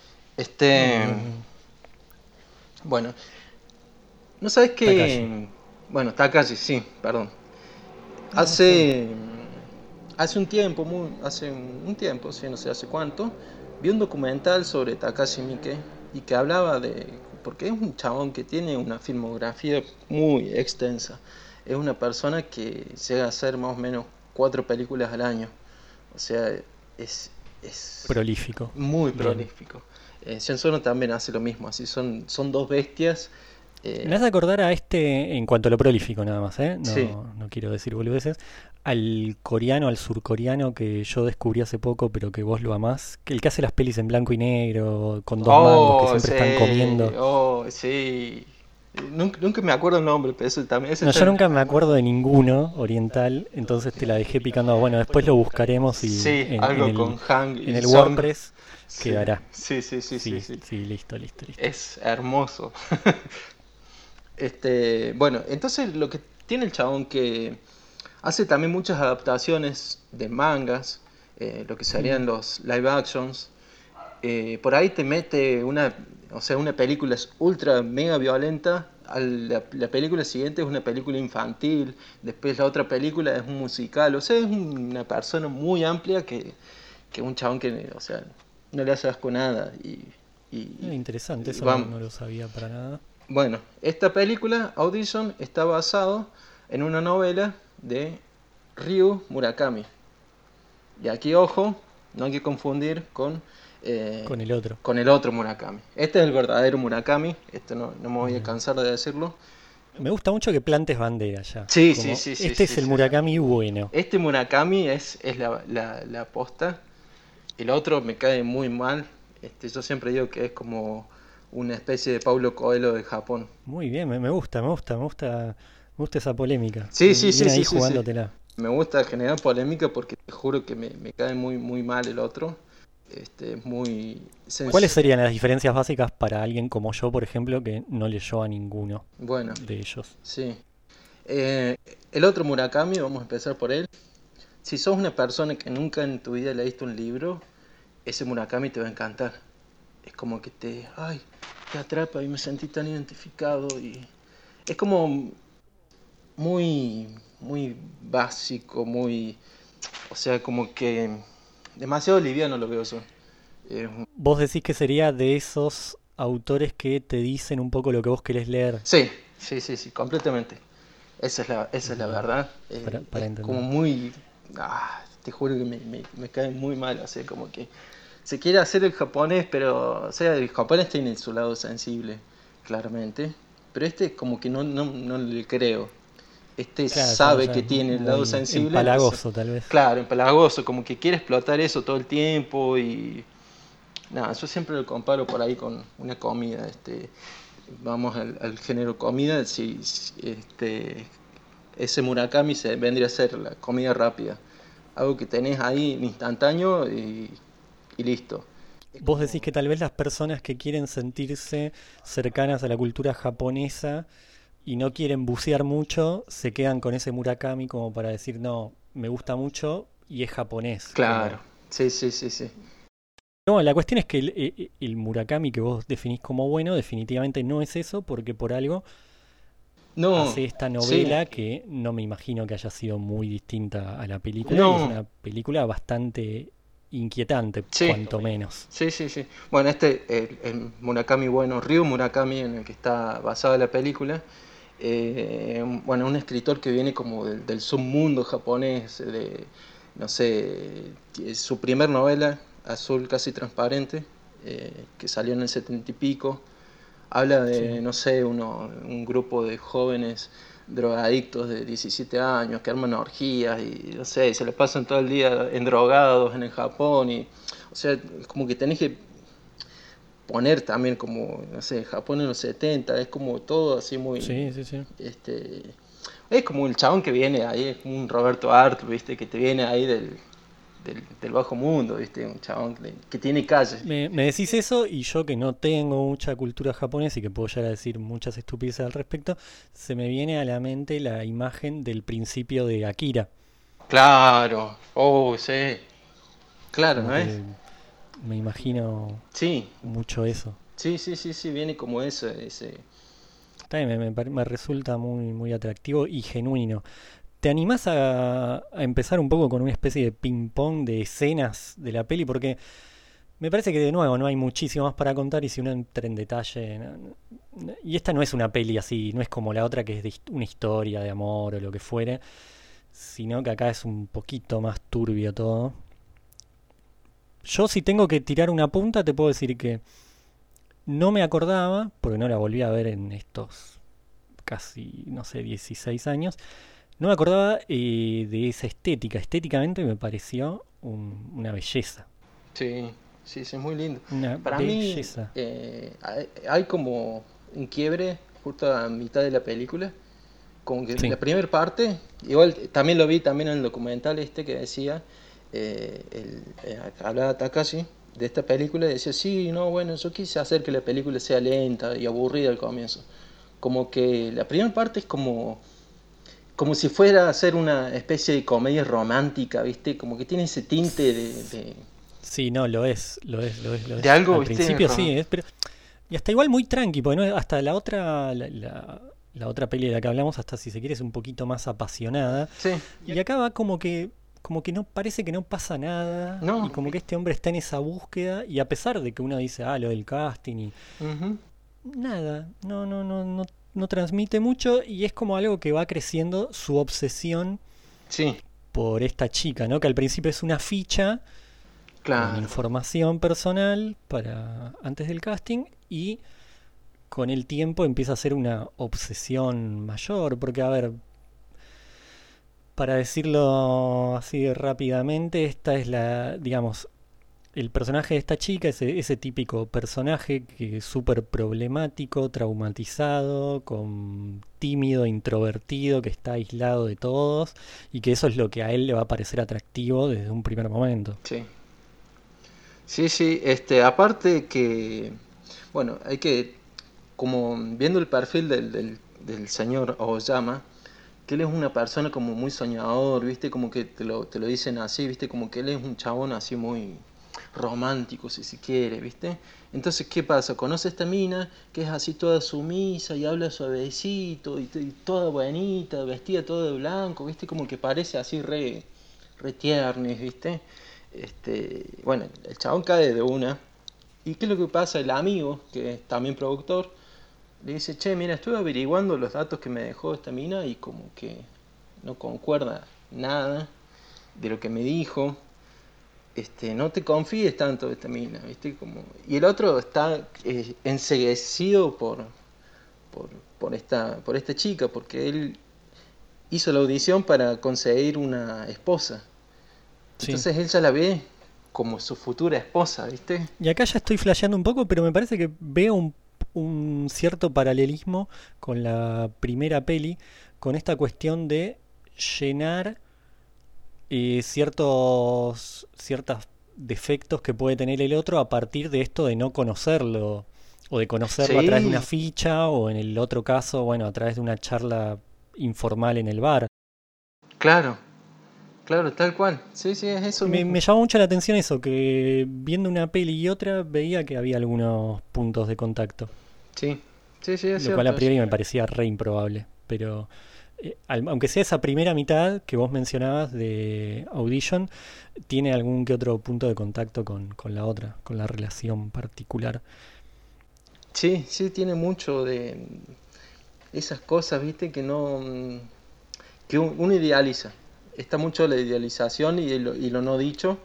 Bueno, ¿no sabes qué? Takashi. Bueno, Takashi, sí, perdón. No, está bien. Hace un tiempo, sí, no sé hace cuánto, vi un documental sobre Takashi Miike y que hablaba porque es un chabón que tiene una filmografía muy extensa. Es una persona que llega a hacer más o menos 4 películas al año. O sea, es Prolífico. muy Bien. prolífico. Sion Sono también hace lo mismo, así son dos bestias. Me hace acordar a en cuanto a lo prolífico nada más, ¿eh? Sí. No quiero decir boludeces. Al coreano, al surcoreano que yo descubrí hace poco, pero que vos lo amás. El que hace las pelis en blanco y negro, con dos mangos, que siempre están comiendo. Sí. Nunca me acuerdo el nombre, pero eso también. Ese No, está yo nunca me acuerdo de ninguno oriental, entonces te la dejé picando. Bueno, después lo buscaremos y Sí, algo con Hang y en el Song. WordPress Sí. quedará. Sí. Sí, listo. Es hermoso. Bueno, entonces lo que tiene el chabón que hace también muchas adaptaciones de mangas, lo que serían los live actions. Por ahí te mete una película es ultra mega violenta, la película siguiente es una película infantil, después la otra película es un musical, o sea, es una persona muy amplia que un chabón que, o sea, no le hace asco nada Interesante, y eso vamos. no lo sabía para nada. Bueno, esta película, Audition, está basado en una novela de Ryu Murakami. Y aquí, ojo, no hay que confundir con Con el otro. el otro Murakami. Este es el verdadero Murakami, no me voy a cansar de decirlo. Me gusta mucho que plantes bandera ya. Sí, Como, sí. Este es el Murakami bueno. Este Murakami es la posta. El otro me cae muy mal. Yo siempre digo que es como una especie de Paulo Coelho de Japón. Muy bien, me gusta esa polémica. Sí. Bien ahí jugándotela. Me gusta generar polémica porque te juro que me cae muy, muy mal el otro. muy ¿Cuáles sencillo. serían las diferencias básicas para alguien como yo, por ejemplo, que no leyó a ninguno Bueno, de ellos? sí. Eh, el otro Murakami, vamos a empezar por él. Si sos una persona que nunca en tu vida leíste un libro, ese Murakami te va a encantar. Es como que te atrapa y me sentí tan identificado y es como muy, muy básico, o sea, como que demasiado liviano lo veo yo. Eh, Vos decís que sería de esos autores que te dicen un poco lo que vos querés leer, sí, sí, sí, sí, completamente. Esa es la bien, verdad. para Es como entender. muy, te juro que me cae muy mal, o sea, como que se quiere hacer el japonés, pero, o sea, el japonés tiene su lado sensible, claramente, pero como que no le creo. Claro, ya, Sabe ya que es tiene el lado muy sensible, entonces, empalagoso tal vez. claro, empalagoso, como que quiere explotar eso todo el tiempo y nada, yo siempre lo comparo por ahí con una comida, vamos al género comida, si ese Murakami vendría a ser la comida rápida, algo que tenés ahí en instantáneo y listo. Es Vos decís como, que tal vez las personas que quieren sentirse cercanas a la cultura japonesa y no quieren bucear mucho, se quedan con ese Murakami como para decir, no, me gusta mucho y es japonés. claro, Como... sí, sí, sí, sí. No, la cuestión es que el Murakami que vos definís como bueno definitivamente no es eso porque por algo No, hace esta sí, novela que no me imagino que haya sido muy distinta a la película y es no, una película bastante inquietante, sí, cuanto menos. sí, sí, sí. Bueno, el Murakami bueno, Ryu Murakami, en el que está basada la película, bueno, un escritor que viene como del submundo japonés, no sé, su primer novela, Azul casi transparente, que salió en el 70 y pico, habla de, Sí. no sé, un grupo de jóvenes drogadictos de 17 años que arman orgías y, no sé, se le pasan todo el día endrogados en el Japón y, o sea, es como que tenés que poner también como, no sé, Japón en los 70 es como todo así muy, Sí, sí, sí. este, es como el chabón que viene ahí, es como un Roberto Art, viste, que te viene ahí del bajo mundo, viste, un chabón que tiene calle. Me decís eso y yo que no tengo mucha cultura japonesa y que puedo llegar a decir muchas estupideces al respecto, se me viene a la mente la imagen del principio de Akira. Claro, oh, sí, claro, Como ¿no es? que me imagino Sí, mucho eso. sí, sí, sí, sí, viene como eso, ese. También me resulta muy, muy atractivo y genuino. ¿Te animás a empezar un poco con una especie de ping-pong de escenas de la peli? Porque me parece que de nuevo no hay muchísimo más para contar y si uno entra en detalle... Y esta no es una peli así, no es como la otra que es de una historia de amor o lo que fuere, sino que acá es un poquito más turbio todo. Yo si tengo que tirar una punta te puedo decir que no me acordaba, porque no la volví a ver en estos casi, no sé, 16 años, no me acordaba de esa estética. Estéticamente me pareció una belleza. Sí, sí, sí, es muy lindo. Una Para mí belleza. hay como un quiebre justo a mitad de la película, como que Sí. la primera parte, igual también lo vi también en el documental que decía, hablaba Takashi de esta película y decía, sí, no, bueno, yo quise hacer que la película sea lenta y aburrida al comienzo. Como que la primera parte es como si fuera a ser una especie de comedia romántica, ¿viste? Como que tiene ese tinte Sí, no, lo es, lo es, lo es, lo de es. algo, Al ¿viste? principio sí, es, pero... Y hasta igual muy tranqui, porque no, hasta la otra, la otra peli de la que hablamos, hasta si se quiere, es un poquito más apasionada. Sí, Y acá va como que no parece que no pasa nada y no. como que este hombre está en esa búsqueda y a pesar de que uno dice, ah, lo del casting y Ujú. nada, no transmite mucho y es como algo que va creciendo su obsesión Sí, por esta chica, ¿no? Que al principio es una ficha con claro. información personal para antes del casting y con el tiempo empieza a ser una obsesión mayor, porque a ver, para decirlo así rápidamente, esta es la, digamos, el personaje de esta chica, ese típico personaje que es súper problemático, traumatizado, con tímido, introvertido, que está aislado de todos y que eso es lo que a él le va a parecer atractivo desde un primer momento. Sí. Sí, sí, aparte que, bueno, hay que, como viendo el perfil del señor Oyama, que él es una persona como muy soñador, ¿viste? Como que te lo dicen así, ¿viste? Como que él es un chabón así muy romántico, si se quiere, ¿viste? Entonces, ¿qué pasa? Conoce a esta mina que es así toda sumisa y habla suavecito y toda bonita, vestida toda de blanco, ¿viste? Como que parece así re tiernis, ¿viste? Bueno, el chabón cae de una. ¿Y qué es lo que pasa? El amigo, que es también productor, le dice, che, mira, estuve averiguando los datos que me dejó esta mina y como que no concuerda nada de lo que me dijo. No te confíes tanto de esta mina, ¿viste? Y el otro está enceguecido por, por esta chica, porque él hizo la audición para conseguir una esposa. Sí. Entonces él ya la ve como su futura esposa, ¿viste? Y acá ya estoy flasheando un poco, pero me parece que veo un cierto paralelismo con la primera peli, con esta cuestión de llenar ciertos defectos que puede tener el otro a partir de esto de no conocerlo, o de conocerlo a través de una Sí, ficha, o en el otro caso, bueno, a través de una charla informal en el bar. claro, claro, tal cual. Sí, sí, es eso Me mismo. llamó mucho la atención eso, que viendo una peli y otra veía que había algunos puntos de contacto, Sí, sí, sí, es lo cual cierto a eso. priori me parecía re improbable, pero aunque sea esa primera mitad que vos mencionabas de Audition, tiene algún que otro punto de contacto con la otra, con la relación particular. Sí, sí, tiene mucho de esas cosas, ¿viste? Que no, que uno idealiza. Está mucho la idealización y lo no dicho,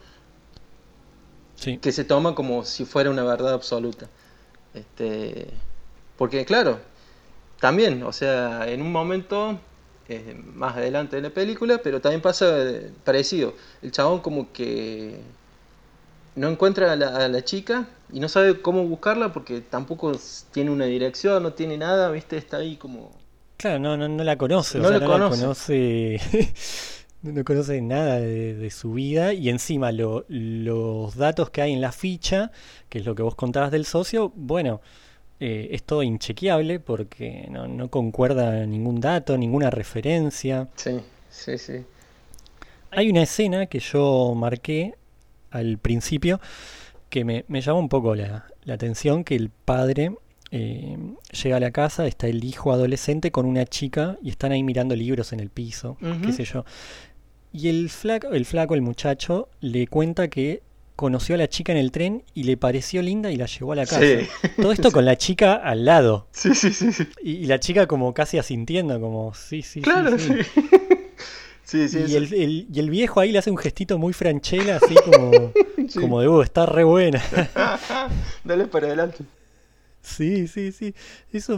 Sí, que se toma como si fuera una verdad absoluta. Este, porque claro, también, o sea, en un momento más adelante de la película, pero también pasa parecido. El chabón como que no encuentra a la chica y no sabe cómo buscarla porque tampoco tiene una dirección, no tiene nada, ¿viste? Está ahí como... claro, no la conoce, o No sea, lo no la conoce. conoce, no conoce nada de su vida y encima los datos que hay en la ficha, que es lo que vos contabas del socio, bueno, es todo inchequeable porque no concuerda ningún dato, ninguna referencia. Sí, sí, sí. Hay una escena que yo marqué al principio que me llamó un poco la atención, que el padre eh, llega a la casa, está el hijo adolescente con una chica y están ahí mirando libros en el piso, qué Ujú. sé yo. Y el muchacho, le cuenta que conoció a la chica en el tren y le pareció linda y la llevó a la casa. Sí, Todo esto sí, con la chica al lado. sí, sí, sí, sí. Y la chica como casi asintiendo, como, sí, sí, sí, Claro, sí. sí. Sí, sí, Y eso. el viejo ahí le hace un gestito muy franchela, así como, Sí. como de, está re buena. Dale para adelante. Sí, sí, sí. Eso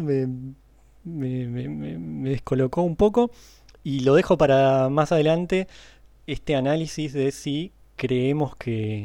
me descolocó un poco y lo dejo para más adelante este análisis de si creemos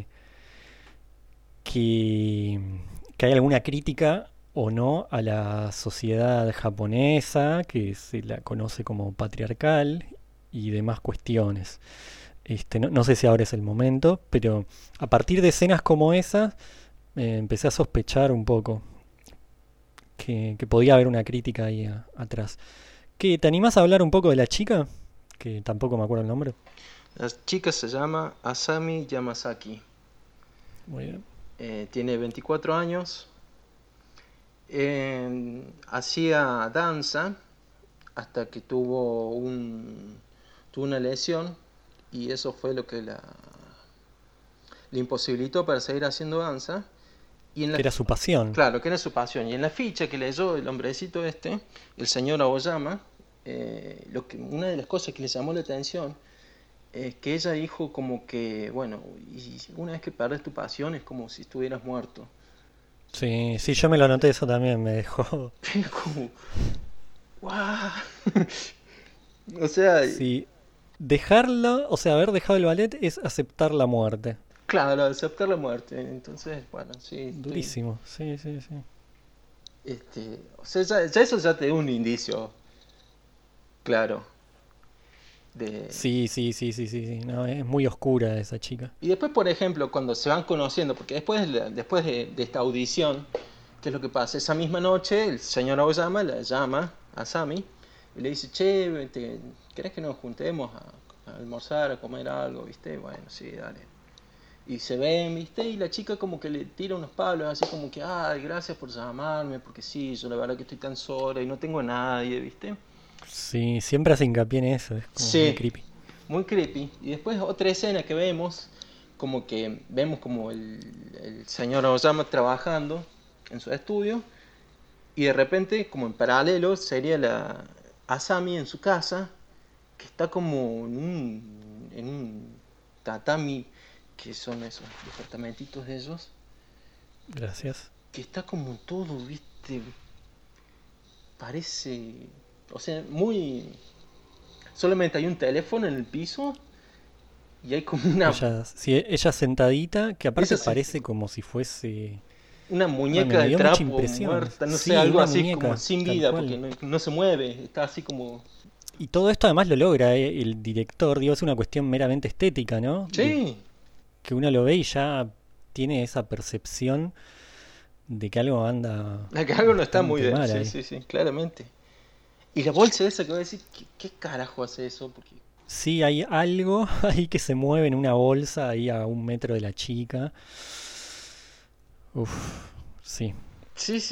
que, que hay alguna crítica o no a la sociedad japonesa, que se la conoce como patriarcal y demás cuestiones. No sé si ahora es el momento, pero a partir de escenas como esas empecé a sospechar un poco que podía haber una crítica ahí atrás. ¿Qué, te animás a hablar un poco de la chica? Que tampoco me acuerdo el nombre. La chica se llama Asami Yamasaki. Muy bien. Tiene 24 años. Hacía danza hasta que tuvo una lesión y eso fue lo que le imposibilitó para seguir haciendo danza. Y en Que la, era su pasión. claro, que era su pasión. Y en la ficha que leyó el hombrecito el señor Aoyama, una de las cosas que le llamó la atención es que ella dijo como que, bueno, y una vez que perdes tu pasión es como si estuvieras muerto. Sí, sí, yo me lo noté, eso también me dejó. Es como, ¡guau! O sea, Sí, dejarlo, o sea, haber dejado el ballet es aceptar la muerte. claro, aceptar la muerte. Entonces, bueno, sí, Durísimo, sí, sí, sí. o sea, ya eso ya te da un indicio, claro. Sí. No, es muy oscura esa chica. Y después, por ejemplo, cuando se van conociendo, porque después de esta audición, ¿qué es lo que pasa? Esa misma noche, el señor Aoyama la llama a Sami y le dice, che, ¿querés que nos juntemos a almorzar, a comer algo, viste? Bueno, sí, dale. Y se ven, viste, y la chica como que le tira unos palos, así como que, ay, gracias por llamarme, porque sí, yo la verdad que estoy tan sola y no tengo a nadie, viste. Sí, siempre hace hincapié en eso, es como muy Sí, creepy. muy creepy. Y después otra escena que vemos, como que vemos como el señor Aoyama trabajando en su estudio, y de repente, como en paralelo, sería la Asami en su casa, que está como en un tatami, que son esos departamentitos de ellos, Gracias. que está como todo, viste, parece, o sea, muy... Solamente hay un teléfono en el piso y hay como Ella sentadita, que aparte Esa parece como si fuese... una Ay, muñeca me de dio mucha trapo impresión. muerta, no Sí, sé, algo una así muñeca, como sin tal vida, cual. porque no se mueve, está así como... Y todo esto además lo logra el director, digo, es una cuestión meramente estética, ¿no? Sí, Que uno lo ve y ya tiene esa percepción de que algo anda la que algo no está bastante muy bien, mal ahí. sí, claramente. Y la bolsa esa que voy a decir, ¿qué carajo hace eso? Porque... Sí, hay algo ahí que se mueve en una bolsa ahí a 1 metro de la chica. Uf, sí, Sí.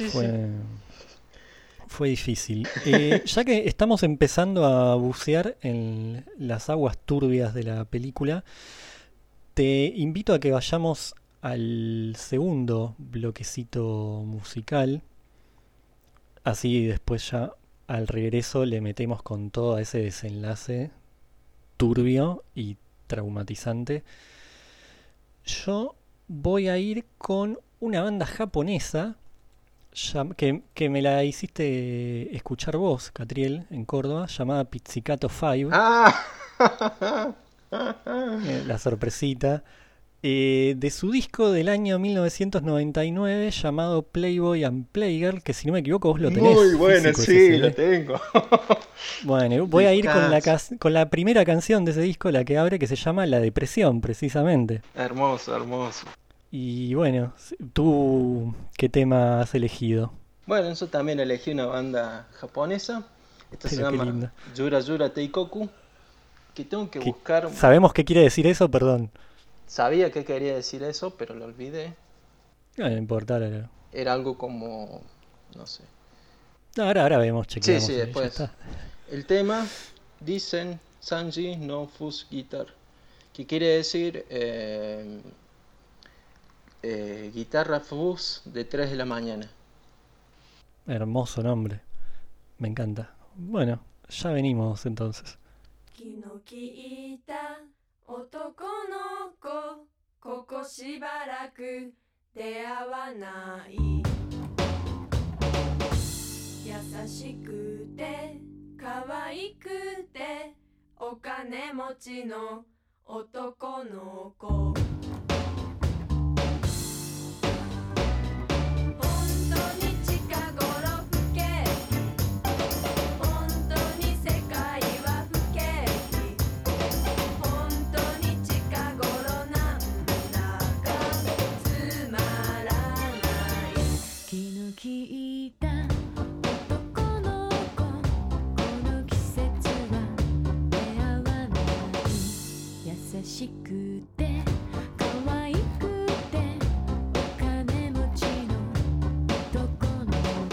fue difícil. Ya que estamos empezando a bucear en las aguas turbias de la película, te invito a que vayamos al segundo bloquecito musical. Así después ya al regreso le metemos con todo ese desenlace turbio y traumatizante. Yo voy a ir con una banda japonesa que me la hiciste escuchar vos, Catriel, en Córdoba, llamada Pizzicato 5. ¡Ah! La sorpresita. De su disco del año 1999 llamado Playboy and Playgirl, que si no me equivoco vos lo tenés. Muy bueno, físico ese sí, CD. lo tengo. Bueno, voy a ir Discazo. con la primera canción de ese disco, la que abre, que se llama La Depresión, precisamente. Hermoso, hermoso. Y bueno, ¿tú qué tema has elegido? Bueno, yo también elegí una banda japonesa. Esta se Pero qué llama lindo. Yura Yura Teikoku. Que tengo que ¿Qué- buscar. ¿Sabemos qué quiere decir eso? Perdón. Sabía que quería decir eso, pero lo olvidé. No importa, ahora, Era algo como. No sé. no, ahora vemos, chequeamos. Sí, Ya después. está. El tema dicen Sanji no Fus Guitar. Que quiere decir guitarra fuzz de 3 de la mañana. Hermoso nombre. Me encanta. Bueno, ya venimos entonces. 気の利いた男の子ここしばらく出会わない優しくて可愛くてお金持ちの男の子本当に近頃不景気本当に世界は不景気本当に近頃なんだかつまらない気の利いた男の子この季節は出会わない優しくて可愛くてお金持ちの男の子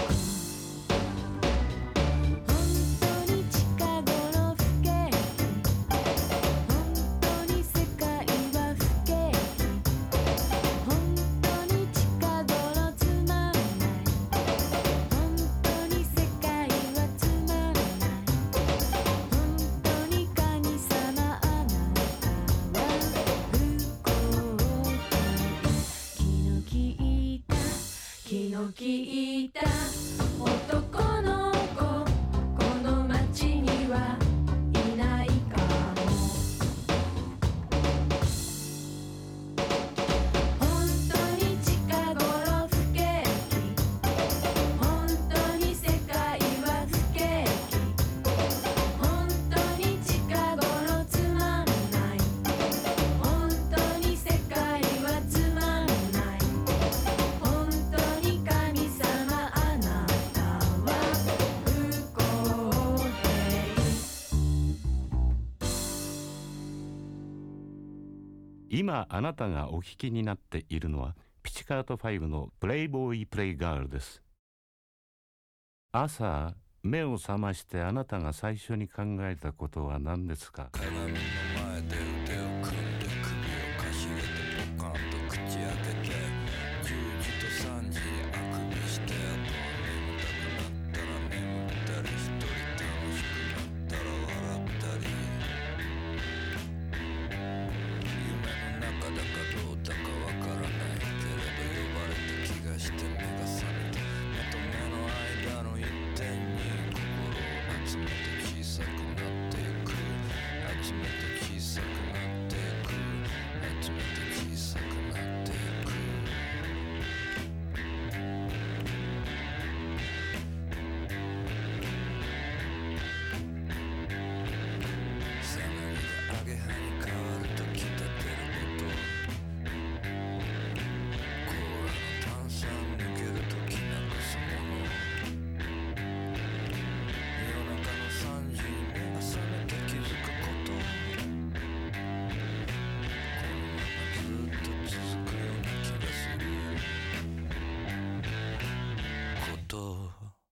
本当に近頃不景気本当に世界は不景気本当に近頃つまんない本当に世界はつまんない本当に神様あなたは不幸気の利いた男の子この街にはいないかも本当に近頃不景気本当に世界は不景気本当に近頃今あなたがお聞きになっているのはピチカート5のプレイボーイプレイガールです。朝目を覚ましてあなたが最初に考えたことは何ですか？ 鏡の前で腕を組んで首をかしげてポカンと口開けて10時と3時にあくびしてあとは眠たくなったら眠ったり一人楽しくなったら笑ったり夢の中だかどうだかわからないけれど呼ばれた気がして目が覚めた目と目の間の一点に心を集めて小さくなってゆく集めて小さくなってゆく集めて小さくなってゆくさなぎがアゲハに変わるときたてることコーラの炭酸抜けるときなくすもの夜中の3時に目が覚めて気づくことこのままずっと続くような気がすること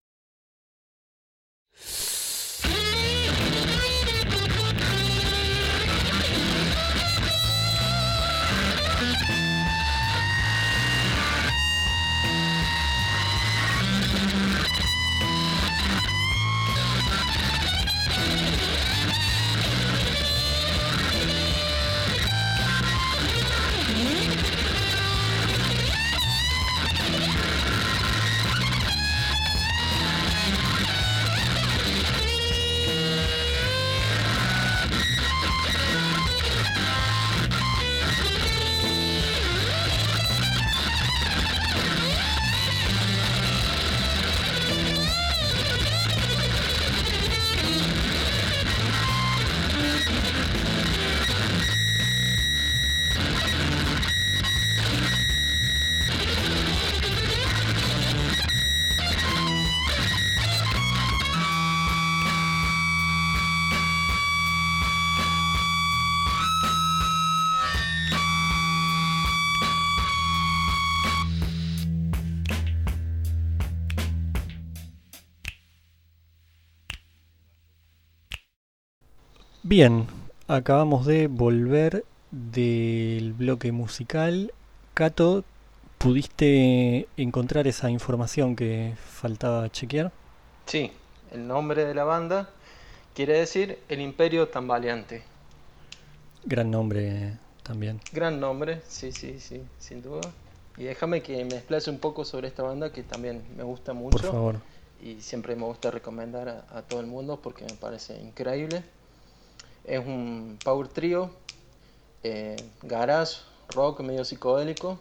Bien, acabamos de volver del bloque musical. Cato, ¿pudiste encontrar esa información que faltaba chequear? Sí, el nombre de la banda quiere decir El Imperio Tambaleante. Gran nombre también. Gran nombre, sí, sí, sí, sin duda. Y déjame que me explaye un poco sobre esta banda que también me gusta mucho. Por favor. Y siempre me gusta recomendar a todo el mundo porque me parece increíble. Es un power trio, garage, rock medio psicodélico.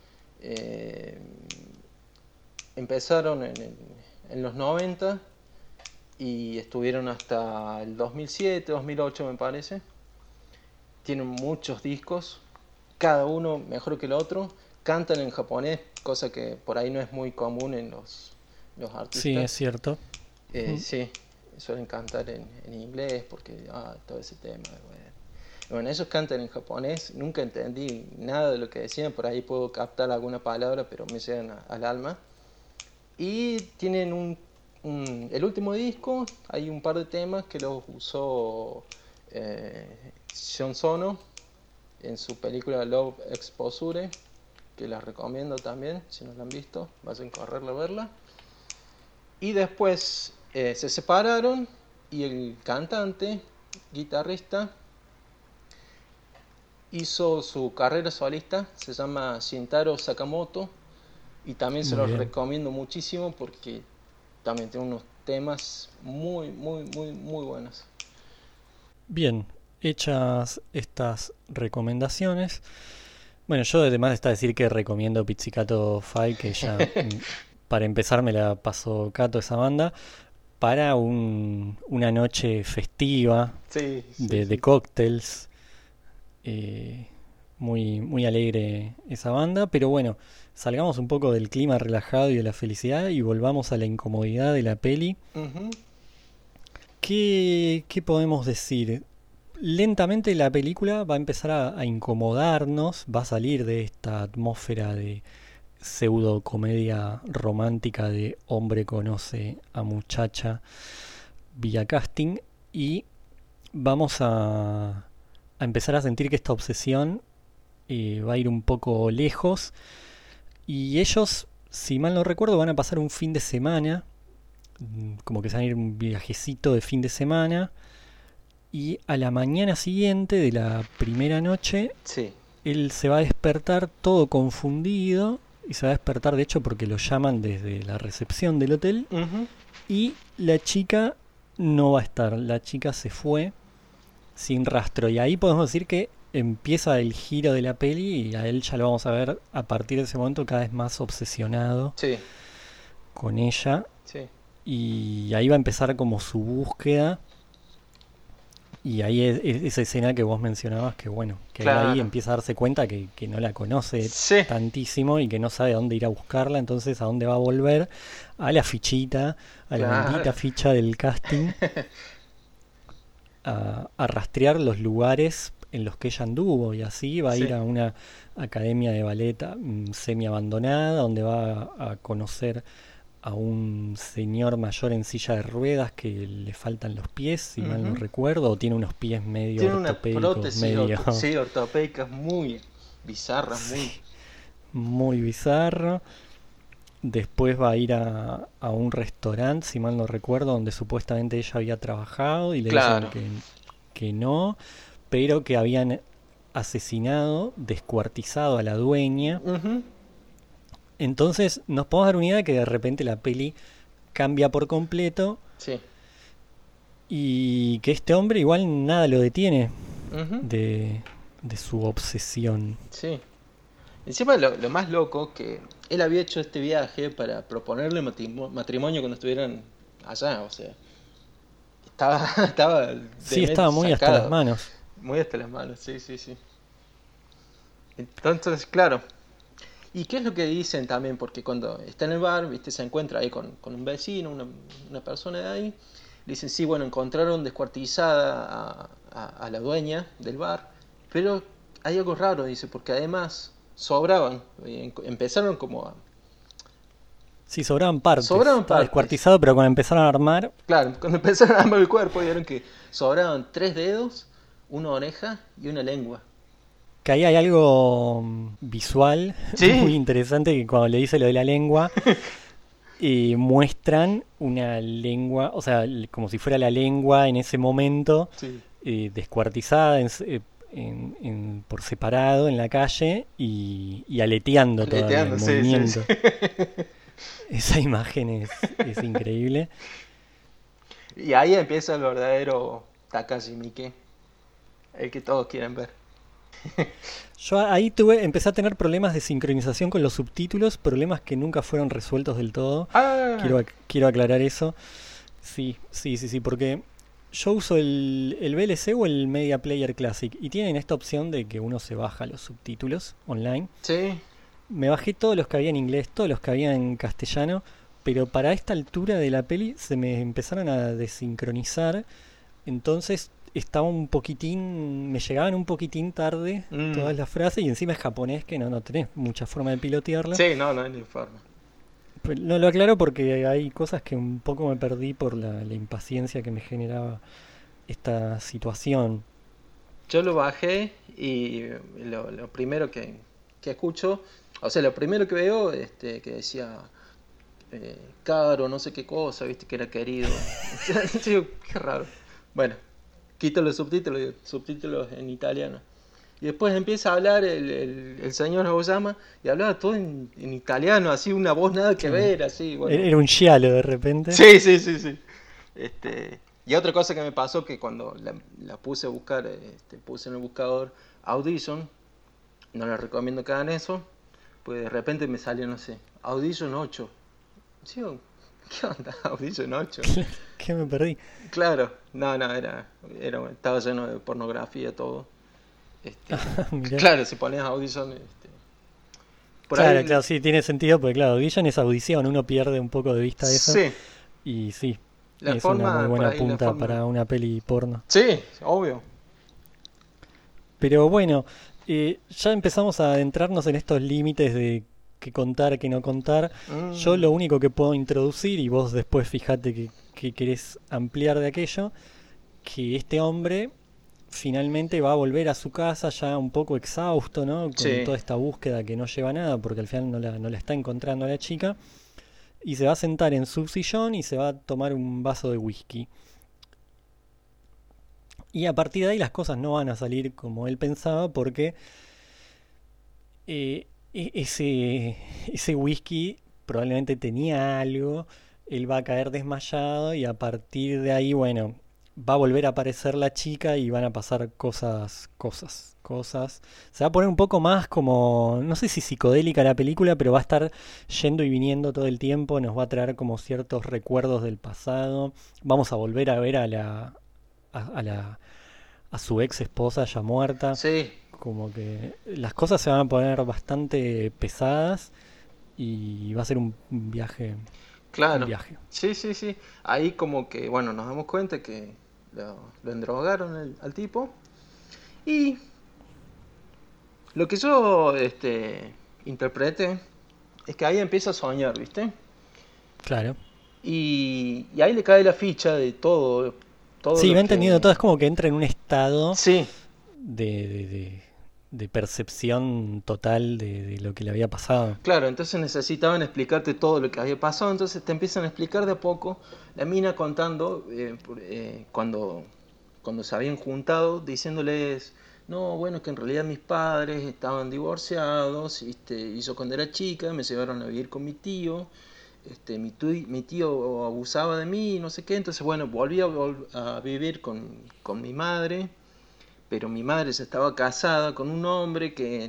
Empezaron en los 90 y estuvieron hasta el 2007, 2008 me parece. Tienen muchos discos, cada uno mejor que el otro. Cantan en japonés, cosa que por ahí no es muy común en los artistas. Sí, es cierto. Sí, suelen cantar en inglés porque todo ese tema. Bueno, ellos cantan en japonés, nunca entendí nada de lo que decían, por ahí puedo captar alguna palabra, pero me llegan al alma. Y tienen el último disco, hay un par de temas que los usó Sion Sono en su película Love Exposure, que las recomiendo también, si no la han visto, vayan a correrla a verla. Y después se separaron y el cantante, guitarrista, hizo su carrera solista, se llama Shintaro Sakamoto, y también se Muy los bien. recomiendo muchísimo porque también tiene unos temas muy, muy, muy, muy buenos. Bien, hechas estas recomendaciones. Bueno, yo además está decir que recomiendo Pizzicato 5, que ya para empezar me la pasó Cato esa banda, para una noche festiva Sí, de cócteles. Muy, muy alegre esa banda, pero bueno, salgamos un poco del clima relajado y de la felicidad y volvamos a la incomodidad de la peli. Ujú. ¿Qué podemos decir? lentamente la película va a empezar a incomodarnos, va a salir de esta atmósfera de pseudo comedia romántica de hombre conoce a muchacha vía casting y vamos a empezar a sentir que esta obsesión va a ir un poco lejos y ellos, si mal no recuerdo, van a pasar un fin de semana, como que se van a ir un viajecito de fin de semana y a la mañana siguiente de la primera noche Sí. él se va a despertar todo confundido y se va a despertar de hecho porque lo llaman desde la recepción del hotel Ujú. y la chica no va a estar, la chica se fue sin rastro y ahí podemos decir que empieza el giro de la peli y a él ya lo vamos a ver a partir de ese momento cada vez más obsesionado Sí, con ella sí. y ahí va a empezar como su búsqueda y ahí es esa escena que vos mencionabas que bueno, que él Claro. ahí empieza a darse cuenta que no la conoce Sí. tantísimo y que no sabe a dónde ir a buscarla, entonces a dónde va a volver, a la fichita, a la Claro. maldita ficha del casting, a rastrear los lugares en los que ella anduvo y así va a Sí. ir a una academia de ballet semi abandonada donde va a conocer a un señor mayor en silla de ruedas que le faltan los pies, si mal no Ujú. recuerdo, o tiene unos pies medio Tiene una ortopédicos, prótesis medio sí, ortopédicas muy bizarras, muy... muy bizarro. Después va a ir a un restaurante, si mal no recuerdo, donde supuestamente ella había trabajado y le Claro. dicen que no, pero que habían asesinado, descuartizado a la dueña. Ujú. Entonces nos podemos dar una idea de que de repente la peli cambia por completo Sí. y que este hombre igual nada lo detiene Ujú. de su obsesión. Sí. Encima lo más loco que él había hecho este viaje para proponerle matrimonio cuando estuvieran allá, o sea, estaba Sí, demente estaba muy hasta sacado. las manos. Muy hasta las manos, sí, sí, sí. Entonces, claro. ¿Y qué es lo que dicen también? Porque cuando está en el bar, viste, se encuentra ahí con un vecino, una persona de ahí. Le dicen, sí, bueno, encontraron descuartizada a la dueña del bar. Pero hay algo raro, dice, porque además sobraban. Empezaron como a... Sí, sobraban partes. Sobraban Estaba partes. descuartizado, pero cuando empezaron a armar, Claro, cuando empezaron a armar el cuerpo, vieron que sobraban 3 dedos, una oreja y una lengua. que ahí hay algo visual Sí. muy interesante que cuando le dice lo de la lengua muestran una lengua, o sea, como si fuera la lengua en ese momento Sí. descuartizada por separado en la calle y aleteando todavía en Aleteando, sí, sí, movimiento. sí. Esa imagen es increíble. Y ahí empieza el verdadero Takashi Miike, el que todos quieren ver. Yo ahí empecé a tener problemas de sincronización con los subtítulos, problemas que nunca fueron resueltos del todo. Quiero aclarar eso. Sí, porque yo uso el VLC o el Media Player Classic y tienen esta opción de que uno se baja los subtítulos online. Sí, Me bajé todos los que había en inglés, todos los que había en castellano, pero para esta altura de la peli se me empezaron a desincronizar, entonces estaba un poquitín, me llegaban un poquitín tarde todas las frases y encima es japonés que no tenés mucha forma de pilotearla. sí, no hay ni forma. Pues no lo aclaro porque hay cosas que un poco me perdí por la impaciencia que me generaba esta situación. Yo lo bajé y lo primero que escucho, o sea, lo primero que veo, que decía caro, no sé qué cosa, viste, que era querido. Digo, qué raro. Bueno, quito los subtítulos en italiano. Y después empieza a hablar el señor Aoyama y hablaba todo en italiano, así una voz nada que ver, así. Bueno. Era un giallo de repente. Sí. Y otra cosa que me pasó que cuando la puse a buscar, puse en el buscador Audition, no les recomiendo que hagan eso, pues de repente me salió, no sé, Audition 8. Digo, ¿qué onda? Audition 8. ¿Qué me perdí? Claro, no, estaba lleno de pornografía todo. Mirá. Claro, si pones Audition, por Claro, ahí, claro, sí, tiene sentido, porque claro, Audition es audición, uno pierde un poco de vista de eso. sí, Y sí, La es forma, una muy por buena ahí, la punta forma. para una peli porno. sí, obvio. Pero bueno, ya empezamos a adentrarnos en estos límites de qué contar, qué no contar. Yo lo único que puedo introducir, y vos después fíjate que querés ampliar de aquello, que este hombre finalmente va a volver a su casa ya un poco exhausto, ¿no? Con Sí. toda esta búsqueda que no lleva a nada, porque al final no la está encontrando a la chica. Y se va a sentar en su sillón y se va a tomar un vaso de whisky. Y a partir de ahí las cosas no van a salir como él pensaba, porque ese whisky probablemente tenía algo. Él va a caer desmayado y a partir de ahí, bueno, va a volver a aparecer la chica y van a pasar cosas. Se va a poner un poco más como, no sé si psicodélica la película, pero va a estar yendo y viniendo todo el tiempo, nos va a traer como ciertos recuerdos del pasado. Vamos a volver a ver a su ex esposa ya muerta. Sí, Como que las cosas se van a poner bastante pesadas y va a ser un viaje, un claro. viaje. Sí, sí, sí. Ahí como que, bueno, nos damos cuenta que lo endrogaron al tipo. Y lo que yo interprete es que ahí empieza a soñar, ¿viste? Claro. Y ahí le cae la ficha de todo Sí, lo va entendiendo que... todo, es como que entra en un estado Sí, de percepción total de lo que le había pasado. claro, entonces necesitaban explicarte todo lo que había pasado, entonces te empiezan a explicar de a poco, la mina contando cuando se habían juntado, diciéndoles, no, bueno, que en realidad mis padres estaban divorciados, y yo cuando era chica me llevaron a vivir con mi tío, mi tío abusaba de mí, no sé qué, entonces bueno, volví a vivir con mi madre, pero mi madre se estaba casada con un hombre que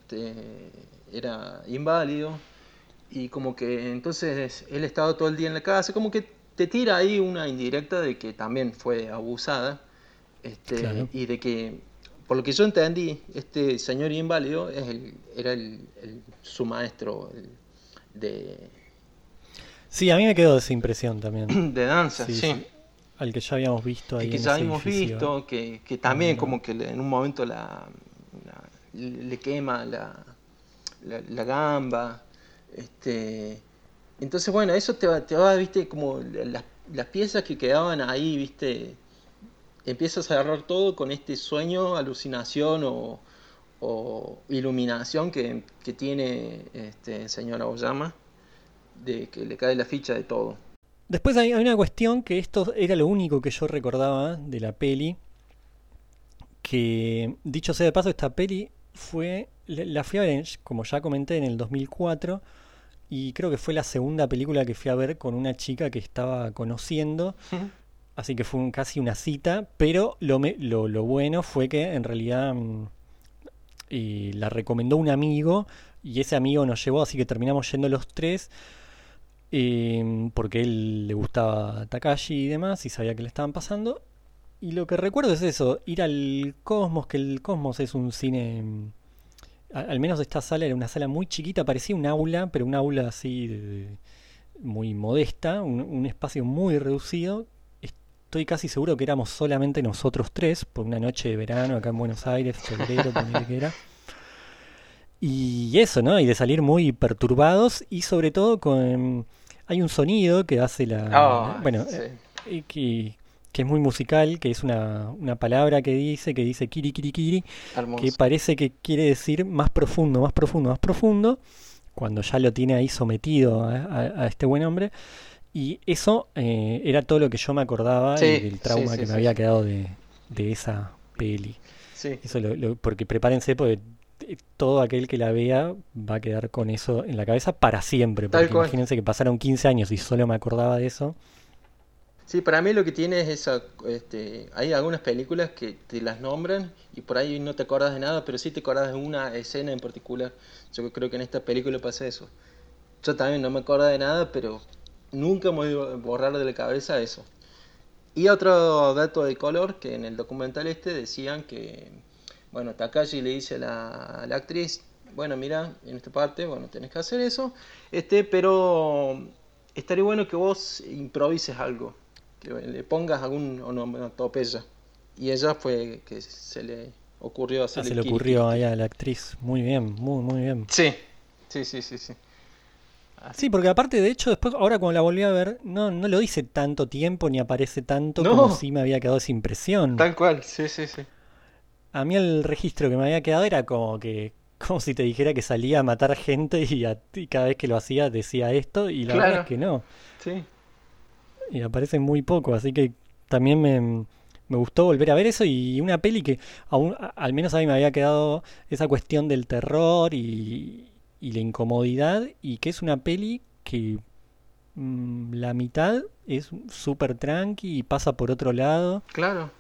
era inválido y como que entonces él estaba todo el día en la casa, como que te tira ahí una indirecta de que también fue abusada, Claro. y de que, por lo que yo entendí, este señor inválido era su maestro de, Sí, a mí me quedó esa impresión también. de danza, Sí, sí. sí. Al que ya habíamos visto Y ahí que en ya ese hemos edificio visto, que también abandonado. como que en un momento le quema la gamba. Este, entonces, bueno, eso te va, viste, como las piezas que quedaban ahí, viste, empiezas a agarrar todo con este sueño, alucinación o iluminación que tiene este señor Aoyama, de que le cae la ficha de todo. Después hay una cuestión que esto era lo único que yo recordaba de la peli, que dicho sea de paso, esta peli la fui a ver, como ya comenté, en el 2004, y creo que fue la segunda película que fui a ver con una chica que estaba conociendo, así que fue casi una cita, pero lo bueno fue que en realidad la recomendó un amigo, y ese amigo nos llevó, así que terminamos yendo los tres, porque a él le gustaba Takashi y demás, y sabía que le estaban pasando. Y lo que recuerdo es eso, ir al Cosmos, que el Cosmos es un cine, al menos esta sala era una sala muy chiquita, parecía un aula, pero un aula así muy modesta, un espacio muy reducido. Estoy casi seguro que éramos solamente nosotros tres, por una noche de verano acá en Buenos Aires, febrero, ponele que era. Y eso, ¿no? Y de salir muy perturbados y sobre todo con... Hay un sonido que hace Ah, bueno, sí, que es muy musical, que es una palabra que dice kiri kiri kiri, que hermoso. parece que quiere decir más profundo, más profundo, más profundo, cuando ya lo tiene ahí sometido a este buen hombre. Y eso era todo lo que yo me acordaba y Sí, del sí, trauma sí, que me sí, había quedado de esa peli. sí, Eso porque prepárense, porque todo aquel que la vea va a quedar con eso en la cabeza para siempre, tal porque cual. imagínense que pasaron 15 años y solo me acordaba de eso. Sí, para mí lo que tiene es esa, hay algunas películas que te las nombran y por ahí no te acuerdas de nada, pero sí te acuerdas de una escena en particular. Yo creo que en esta película pasa eso. Yo también no me acuerdo de nada, pero nunca me voy a borrar de la cabeza eso. Y otro dato de color, que en el documental decían que, bueno, Takashi le dice a la actriz, bueno, mira, en esta parte, bueno, tenés que hacer eso, pero estaría bueno que vos improvises algo, que le pongas algún onomatopeya. Y ella fue que se le ocurrió hacer Se el le kiri ocurrió kiri ahí kiri. a la actriz. Muy bien, muy bien. Sí, sí, sí, sí, sí. Así. Sí, porque aparte, de hecho, después, ahora cuando la volví a ver, no lo dice tanto tiempo ni aparece tanto como No, si me había quedado esa impresión. tal cual, sí, sí, sí. A mí el registro que me había quedado era como si te dijera que salía a matar gente y cada vez que lo hacía decía esto, y la verdad es Claro, que no. sí. Y aparece muy poco, así que también me gustó volver a ver eso y una peli que al menos a mí me había quedado esa cuestión del terror y la incomodidad, y que es una peli que la mitad es súper tranqui y pasa por otro lado, Claro,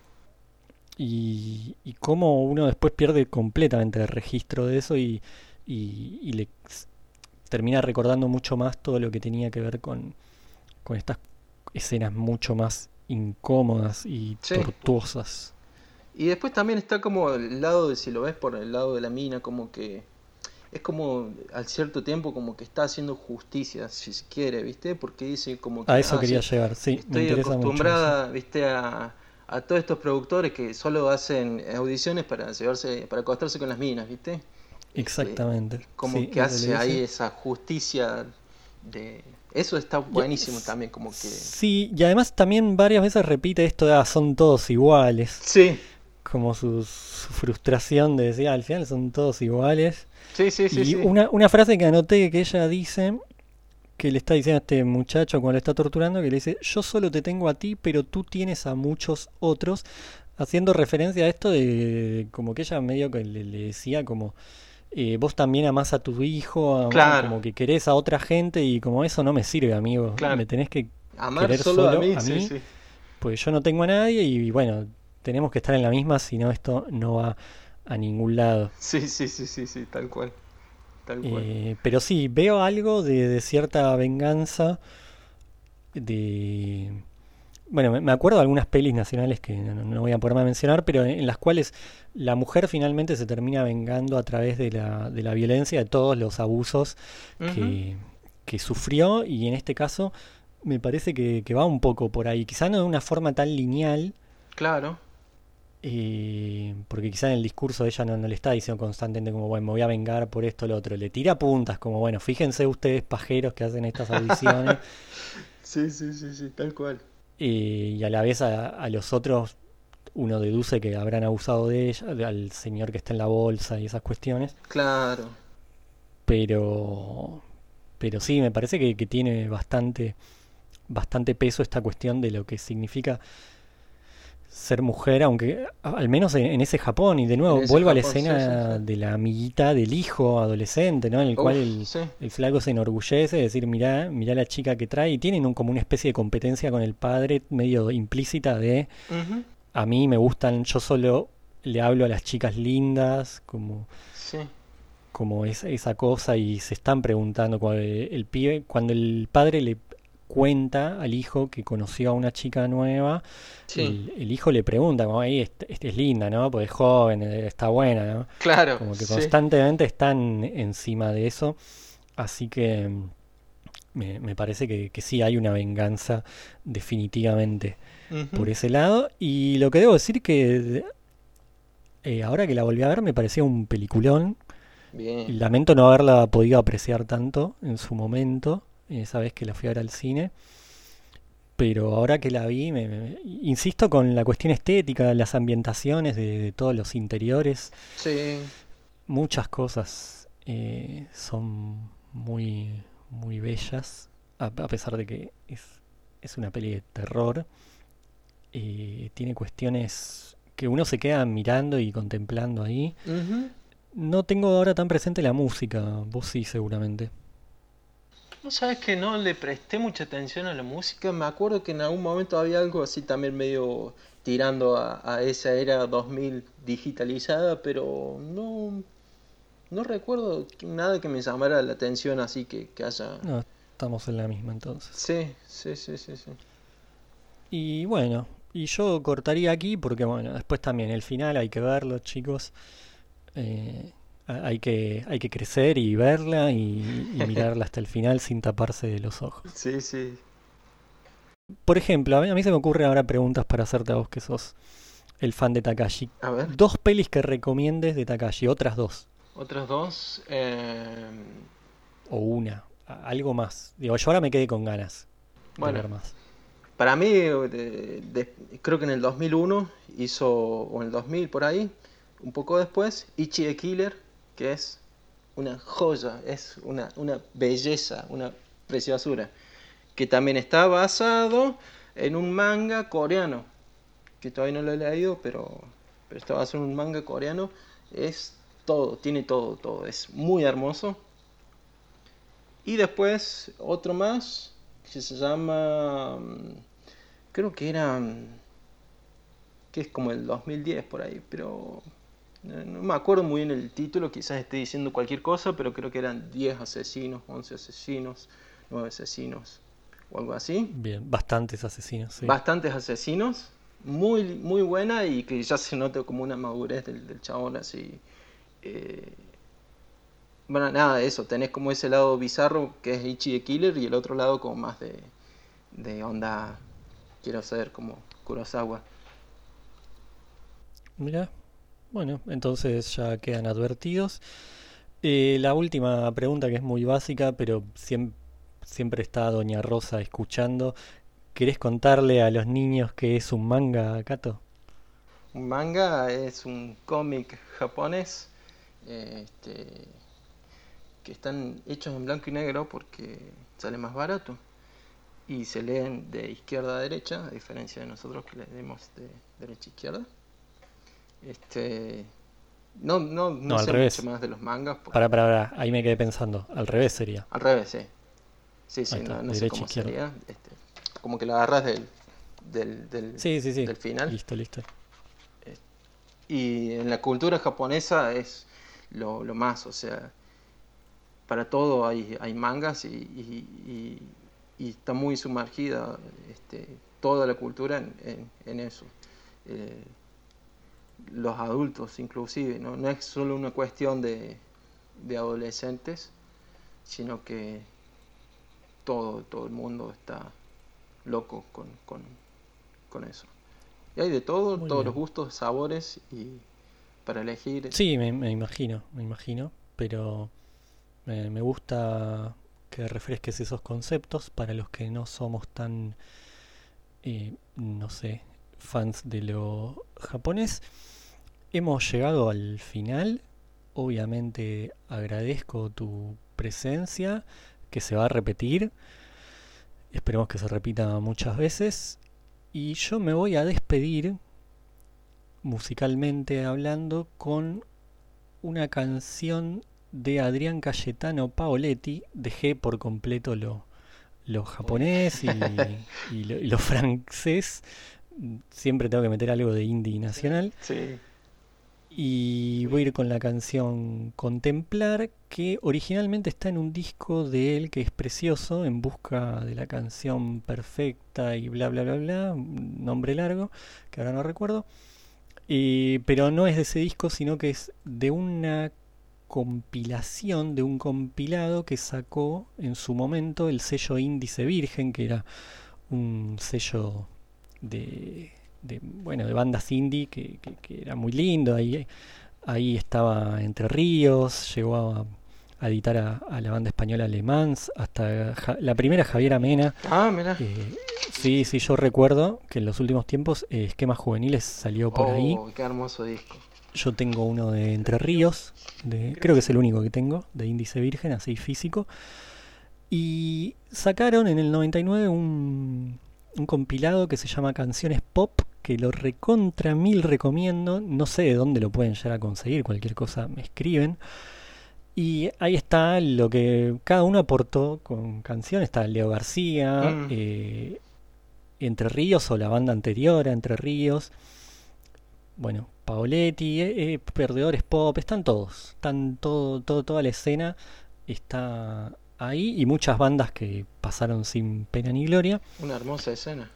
y cómo uno después pierde completamente el registro de eso y le termina recordando mucho más todo lo que tenía que ver con estas escenas mucho más incómodas y sí. tortuosas. Y después también está como el lado de, si lo ves por el lado de la mina, como que es como al cierto tiempo como que está haciendo justicia, si se quiere, ¿viste? Porque dice como A que, eso quería sí, llegar, sí, me estoy interesa mucho eso. acostumbrada, ¿viste? A todos estos productores que solo hacen audiciones para llevarse, para acostarse con las minas, ¿viste? Exactamente, Como sí, que eso le hace ahí dice. esa justicia de... Eso está Ya- buenísimo también, como que... Sí, y además también varias veces repite esto de son todos iguales, Sí, como su frustración de decir, al final son todos iguales. sí, sí, sí, Y sí. una frase que anoté que ella dice, que le está diciendo a este muchacho cuando le está torturando, que le dice, yo solo te tengo a ti, pero tú tienes a muchos otros, haciendo referencia a esto de como que ella medio que le decía como, vos también amás a tu hijo, Claro, como que querés a otra gente, y como eso no me sirve, amigo, claro. me tenés que Amar querer solo a solo mí, a sí, mí, sí. pues yo no tengo a nadie, y bueno, tenemos que estar en la misma, si no esto no va a ningún lado. Sí, sí, sí, sí, sí, tal cual, tal cual. Pero sí, veo algo de cierta venganza, de... Bueno, me acuerdo de algunas pelis nacionales que no voy a poderme mencionar, pero en las cuales la mujer finalmente se termina vengando a través de la violencia, de todos los abusos Ujú, que sufrió, y en este caso me parece que va un poco por ahí, quizá no de una forma tan lineal, claro, porque quizá en el discurso ella no le está diciendo constantemente como, bueno, me voy a vengar por esto o lo otro, le tira puntas como, bueno, fíjense ustedes pajeros que hacen estas audiciones, sí, sí, sí, sí, tal cual. y a la vez a los otros uno deduce que habrán abusado de ella, al señor que está en la bolsa y esas cuestiones, Claro, pero sí, me parece que tiene bastante peso esta cuestión de lo que significa ser mujer, aunque al menos en ese Japón, y de en nuevo ese vuelvo a la Japón, sí, sí, escena sí. de la amiguita del hijo adolescente, ¿no? En el cual Uf, sí. el flaco se enorgullece de decir, mirá la chica que trae, y tienen como una especie de competencia con el padre medio implícita de, Ujú, a mí me gustan, yo solo le hablo a las chicas lindas, sí, como esa cosa, y se están preguntando cuando el padre le cuenta al hijo que conoció a una chica nueva, sí, el hijo le pregunta como, ahí esta es linda, ¿no? Pues es joven, está buena, ¿no? claro, Como que sí. constantemente están encima de eso, así que me parece que sí hay una venganza definitivamente por Ujú, ese lado, y lo que debo decir que ahora que la volví a ver me parecía un peliculón. bien. Lamento no haberla podido apreciar tanto en su momento, esa vez que la fui a ver al cine, pero ahora que la vi, insisto con la cuestión estética, las ambientaciones de todos los interiores, Sí, muchas cosas son muy bellas, a pesar de que es una peli de terror, tiene cuestiones que uno se queda mirando y contemplando ahí. ujú. No tengo ahora tan presente la música, vos sí seguramente. No sabes que no le presté mucha atención a la música. Me acuerdo que en algún momento había algo así también medio tirando a esa era 2000 digitalizada, pero no recuerdo nada que me llamara la atención así que haya... No, estamos en la misma entonces. Sí, sí, sí, sí, sí. Y bueno, y yo cortaría aquí porque bueno, después también el final hay que verlo, chicos. Hay que crecer y verla y mirarla hasta el final sin taparse de los ojos. Sí, sí. Por ejemplo, a mí se me ocurren ahora preguntas para hacerte a vos que sos el fan de Takashi. A ver, 2 pelis que recomiendes de Takashi, otras 2. otras dos. O una, algo más. Digo, yo ahora me quedé con ganas de Bueno, ver más. para mí, creo que en el 2001 hizo, o en el 2000 por ahí, un poco después, Ichi the Killer, que es una joya, es una belleza, una preciosura, que también está basado en un manga coreano, que todavía no lo he leído, pero está basado en un manga coreano, es todo, tiene todo, todo, es muy hermoso. Y después otro más, que se llama, creo que era, que es como el 2010 por ahí, pero no me acuerdo muy bien el título, quizás esté diciendo cualquier cosa, pero creo que eran 10 asesinos, 11 asesinos, 9 asesinos, o algo así. Bien, bastantes asesinos, sí. Bastantes asesinos, muy, muy buena y que ya se nota como una madurez del chabón así. Bueno, nada, eso, tenés como ese lado bizarro que es Ichi the Killer y el otro lado como más de onda, quiero ser como Kurosawa. Mira, bueno, entonces ya quedan advertidos. La última pregunta que es muy básica, pero siempre está Doña Rosa escuchando. ¿Querés contarle a los niños qué es un manga, Kato? Un manga es un cómic japonés que están hechos en blanco y negro porque sale más barato y se leen de izquierda a derecha, a diferencia de nosotros que leemos de derecha a izquierda. No No, al sé revés. mucho más de los mangas, Para, ahí me quedé pensando. Al revés sería. al revés, sí. Sí, Ahí no, está, no sé derecha, cómo izquierda. sería. Como que lo agarras Sí. del final. Listo. Y en la cultura japonesa es lo más, o sea, para todo hay mangas y está muy sumergida toda la cultura en eso. Los adultos inclusive, no es solo una cuestión de adolescentes, sino que todo el mundo está loco con eso. Y hay de todo, Muy todos bien. los gustos, sabores y para elegir. Sí, me imagino, pero me gusta que refresques esos conceptos para los que no somos tan, no sé, fans de lo japonés. Hemos llegado al final. Obviamente agradezco tu presencia, que se va a repetir. Esperemos que se repita muchas veces. Y yo me voy a despedir, musicalmente hablando, con una canción de Adrián Cayetano Paoletti. Dejé por completo lo japonés y lo francés. Siempre tengo que meter algo de indie nacional. Sí. Y voy a ir con la canción Contemplar, que originalmente está en un disco de él que es precioso, En busca de la canción perfecta y bla bla bla bla, un nombre largo que ahora no recuerdo. Pero no es de ese disco, sino que es de una compilación, de un compilado que sacó en su momento el sello Índice Virgen, que era un sello de bandas indie que era muy lindo. Ahí estaba Entre Ríos, llegó a editar a la banda española Le Mans, hasta la primera Javiera Mena. Ah, mira. Sí, yo recuerdo que en los últimos tiempos Esquemas Juveniles salió por ahí. Qué hermoso disco. Yo tengo uno de Entre Ríos, creo que es el único que tengo, de Índice Virgen, así físico. Y sacaron en el 99 un compilado que se llama Canciones Pop, que lo recontra mil recomiendo. No sé de dónde lo pueden llegar a conseguir, cualquier cosa me escriben. Y ahí está lo que cada uno aportó con canciones. Está Leo García, Entre Ríos o la banda anterior a Entre Ríos. Bueno, Paoletti, Perdedores Pop, están todos. Toda la escena está ahí y muchas bandas que pasaron sin pena ni gloria. Una hermosa escena.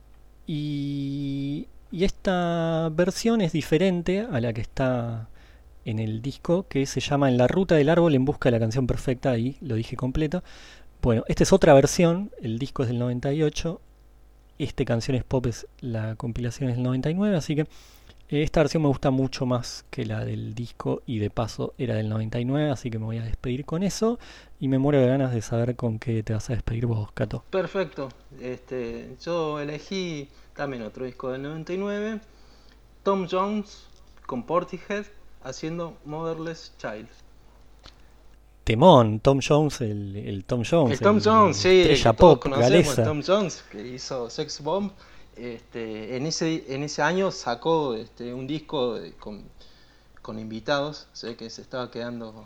Y esta versión es diferente a la que está en el disco, que se llama En la ruta del árbol en busca de la canción perfecta. Ahí lo dije completo. Bueno, esta es otra versión, el disco es del 98, Canciones Pop la compilación es del 99, así que Esta versión me gusta mucho más que la del disco y de paso era del 99, así que me voy a despedir con eso y me muero de ganas de saber con qué te vas a despedir vos, Cato. Perfecto. Yo elegí también otro disco del 99, Tom Jones con Portishead haciendo Motherless Child. Temón, Tom Jones, el Tom Jones. El Tom Jones, sí, el que estrella todos pop, conocemos, galesa. el Tom Jones, que hizo Sex Bomb. En ese año sacó un disco con invitados, sé que se estaba quedando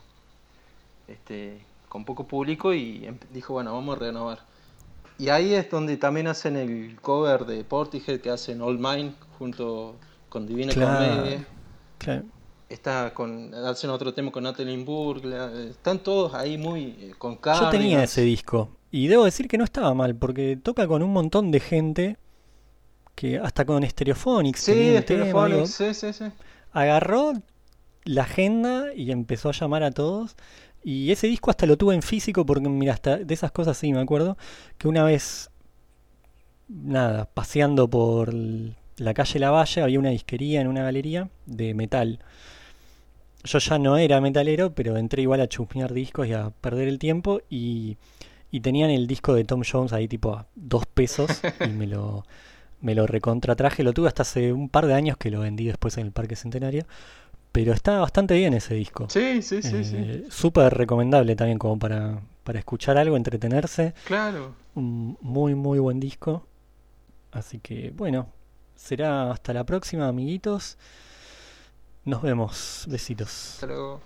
con poco público y dijo, bueno, vamos a renovar. Y ahí es donde también hacen el cover de Portishead, que hacen All Mine junto con Divina Claro, Comedia. claro. Hacen otro tema con Natalie Imbruglia, están todos ahí muy con Yo Cardigans. tenía ese disco y debo decir que no estaba mal porque toca con un montón de gente que hasta con Stereophonics tenía Sí, un tema, Stereophonics, digo, sí. agarró la agenda y empezó a llamar a todos. Y ese disco hasta lo tuve en físico porque, mira, hasta de esas cosas sí me acuerdo que una vez, nada, paseando por la calle Lavalle había una disquería en una galería de metal. Yo ya no era metalero, pero entré igual a chusmear discos y a perder el tiempo y tenían el disco de Tom Jones ahí tipo a 2 pesos y me lo recontratraje. Lo tuve hasta hace un par de años que lo vendí después en el Parque Centenario. Pero está bastante bien ese disco. Sí. Súper recomendable también como para escuchar algo, entretenerse. Claro. Un muy muy buen disco. Así que bueno, será hasta la próxima, amiguitos. Nos vemos. Besitos. Hasta luego.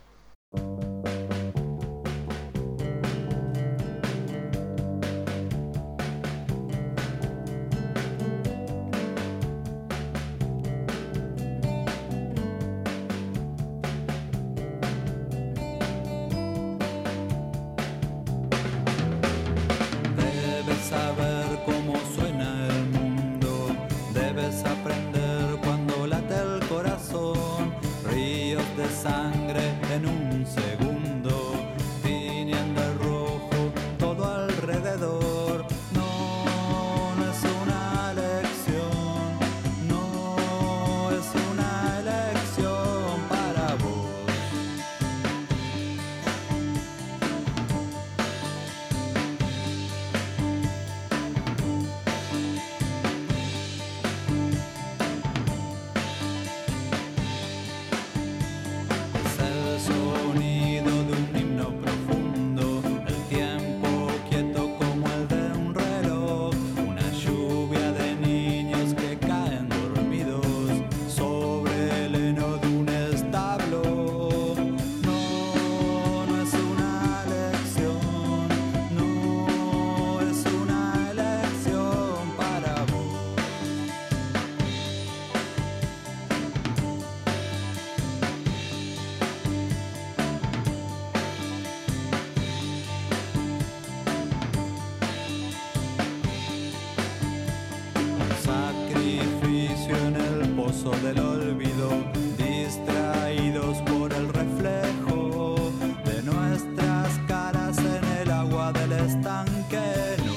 Debes saber cómo suena el mundo, debes aprender cuando late el corazón, ríos de sangre en un segundo, tiñendo el rojo todo alrededor. No, no es una elección, no es una elección para vos. Es el sonido de un himno profundo, el tiempo quieto como el de un reloj, una lluvia de niños que caen dormidos sobre el heno de un establo. No, no es una elección, no es una elección para vos. Sacrificio en el pozo del olvido, distraídos por el reflejo de nuestras caras en el agua del estanque. No.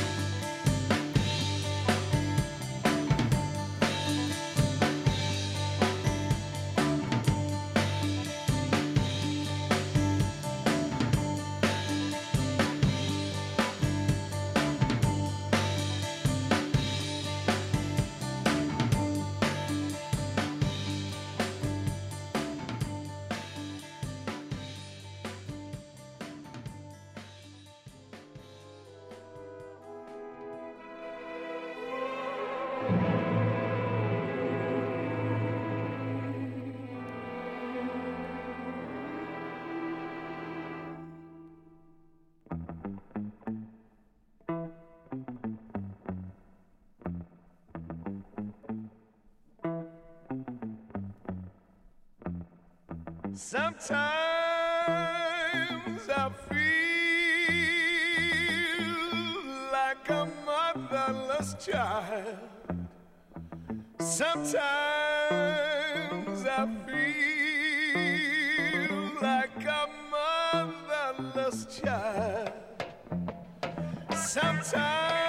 Sometimes I feel like a motherless child. Sometimes I feel like a motherless child.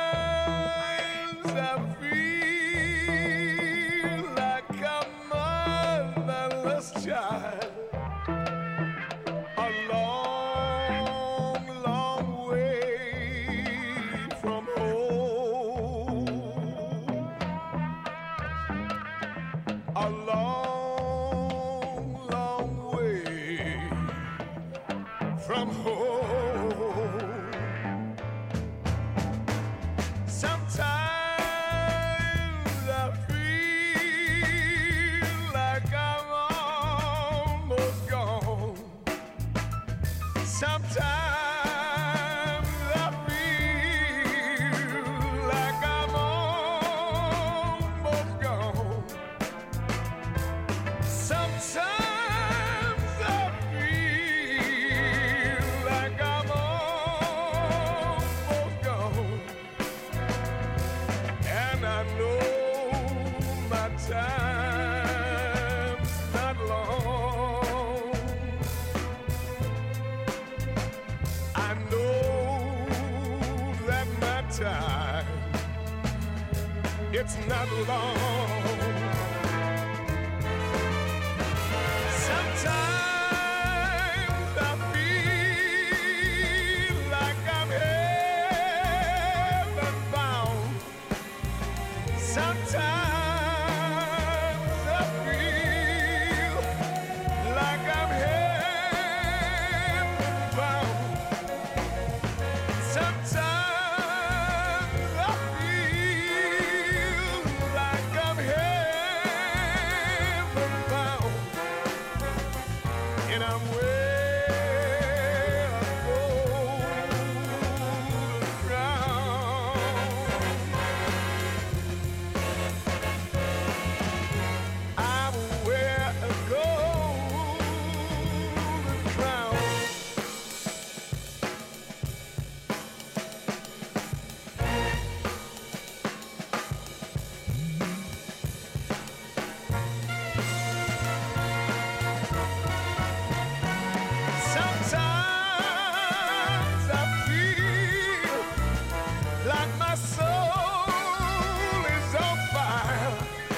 Sometimes I feel like a motherless from home. Sometimes I feel like I'm almost gone. Sometimes I feel like I'm almost gone. Sometimes I feel like I'm almost gone. And I know my time's not long. I know that my time, it's not long. Sometimes I feel like I'm heaven bound. Sometimes I feel like I'm heaven bound. Sometimes I feel like I'm heaven bound. And I'm where I go round. I'm where I go round. Sometimes I feel like my soul is on fire.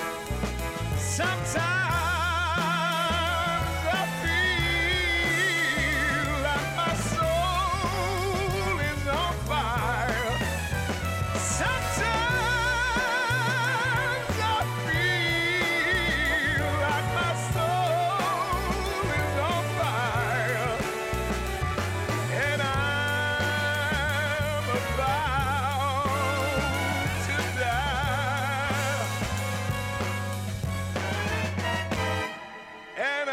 Sometimes I feel like my soul is on fire. Sometimes I feel like my soul is on fire. And I'm about to die. And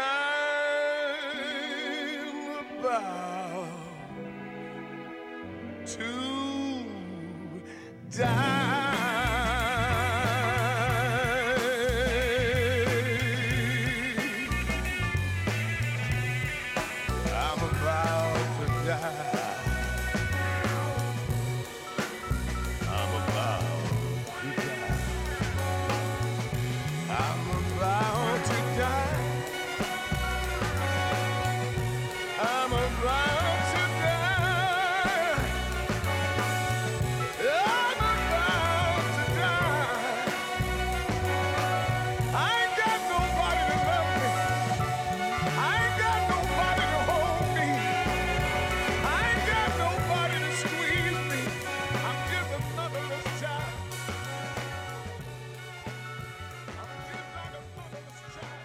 I'm about to die. I'm about to die. I'm about to die. I'm about to die. I'm about to die. I'm about to die. I ain't got nobody to love me. I ain't got nobody to hold me. I ain't got nobody to squeeze me. I'm just a motherless child. I'm just like a motherless child.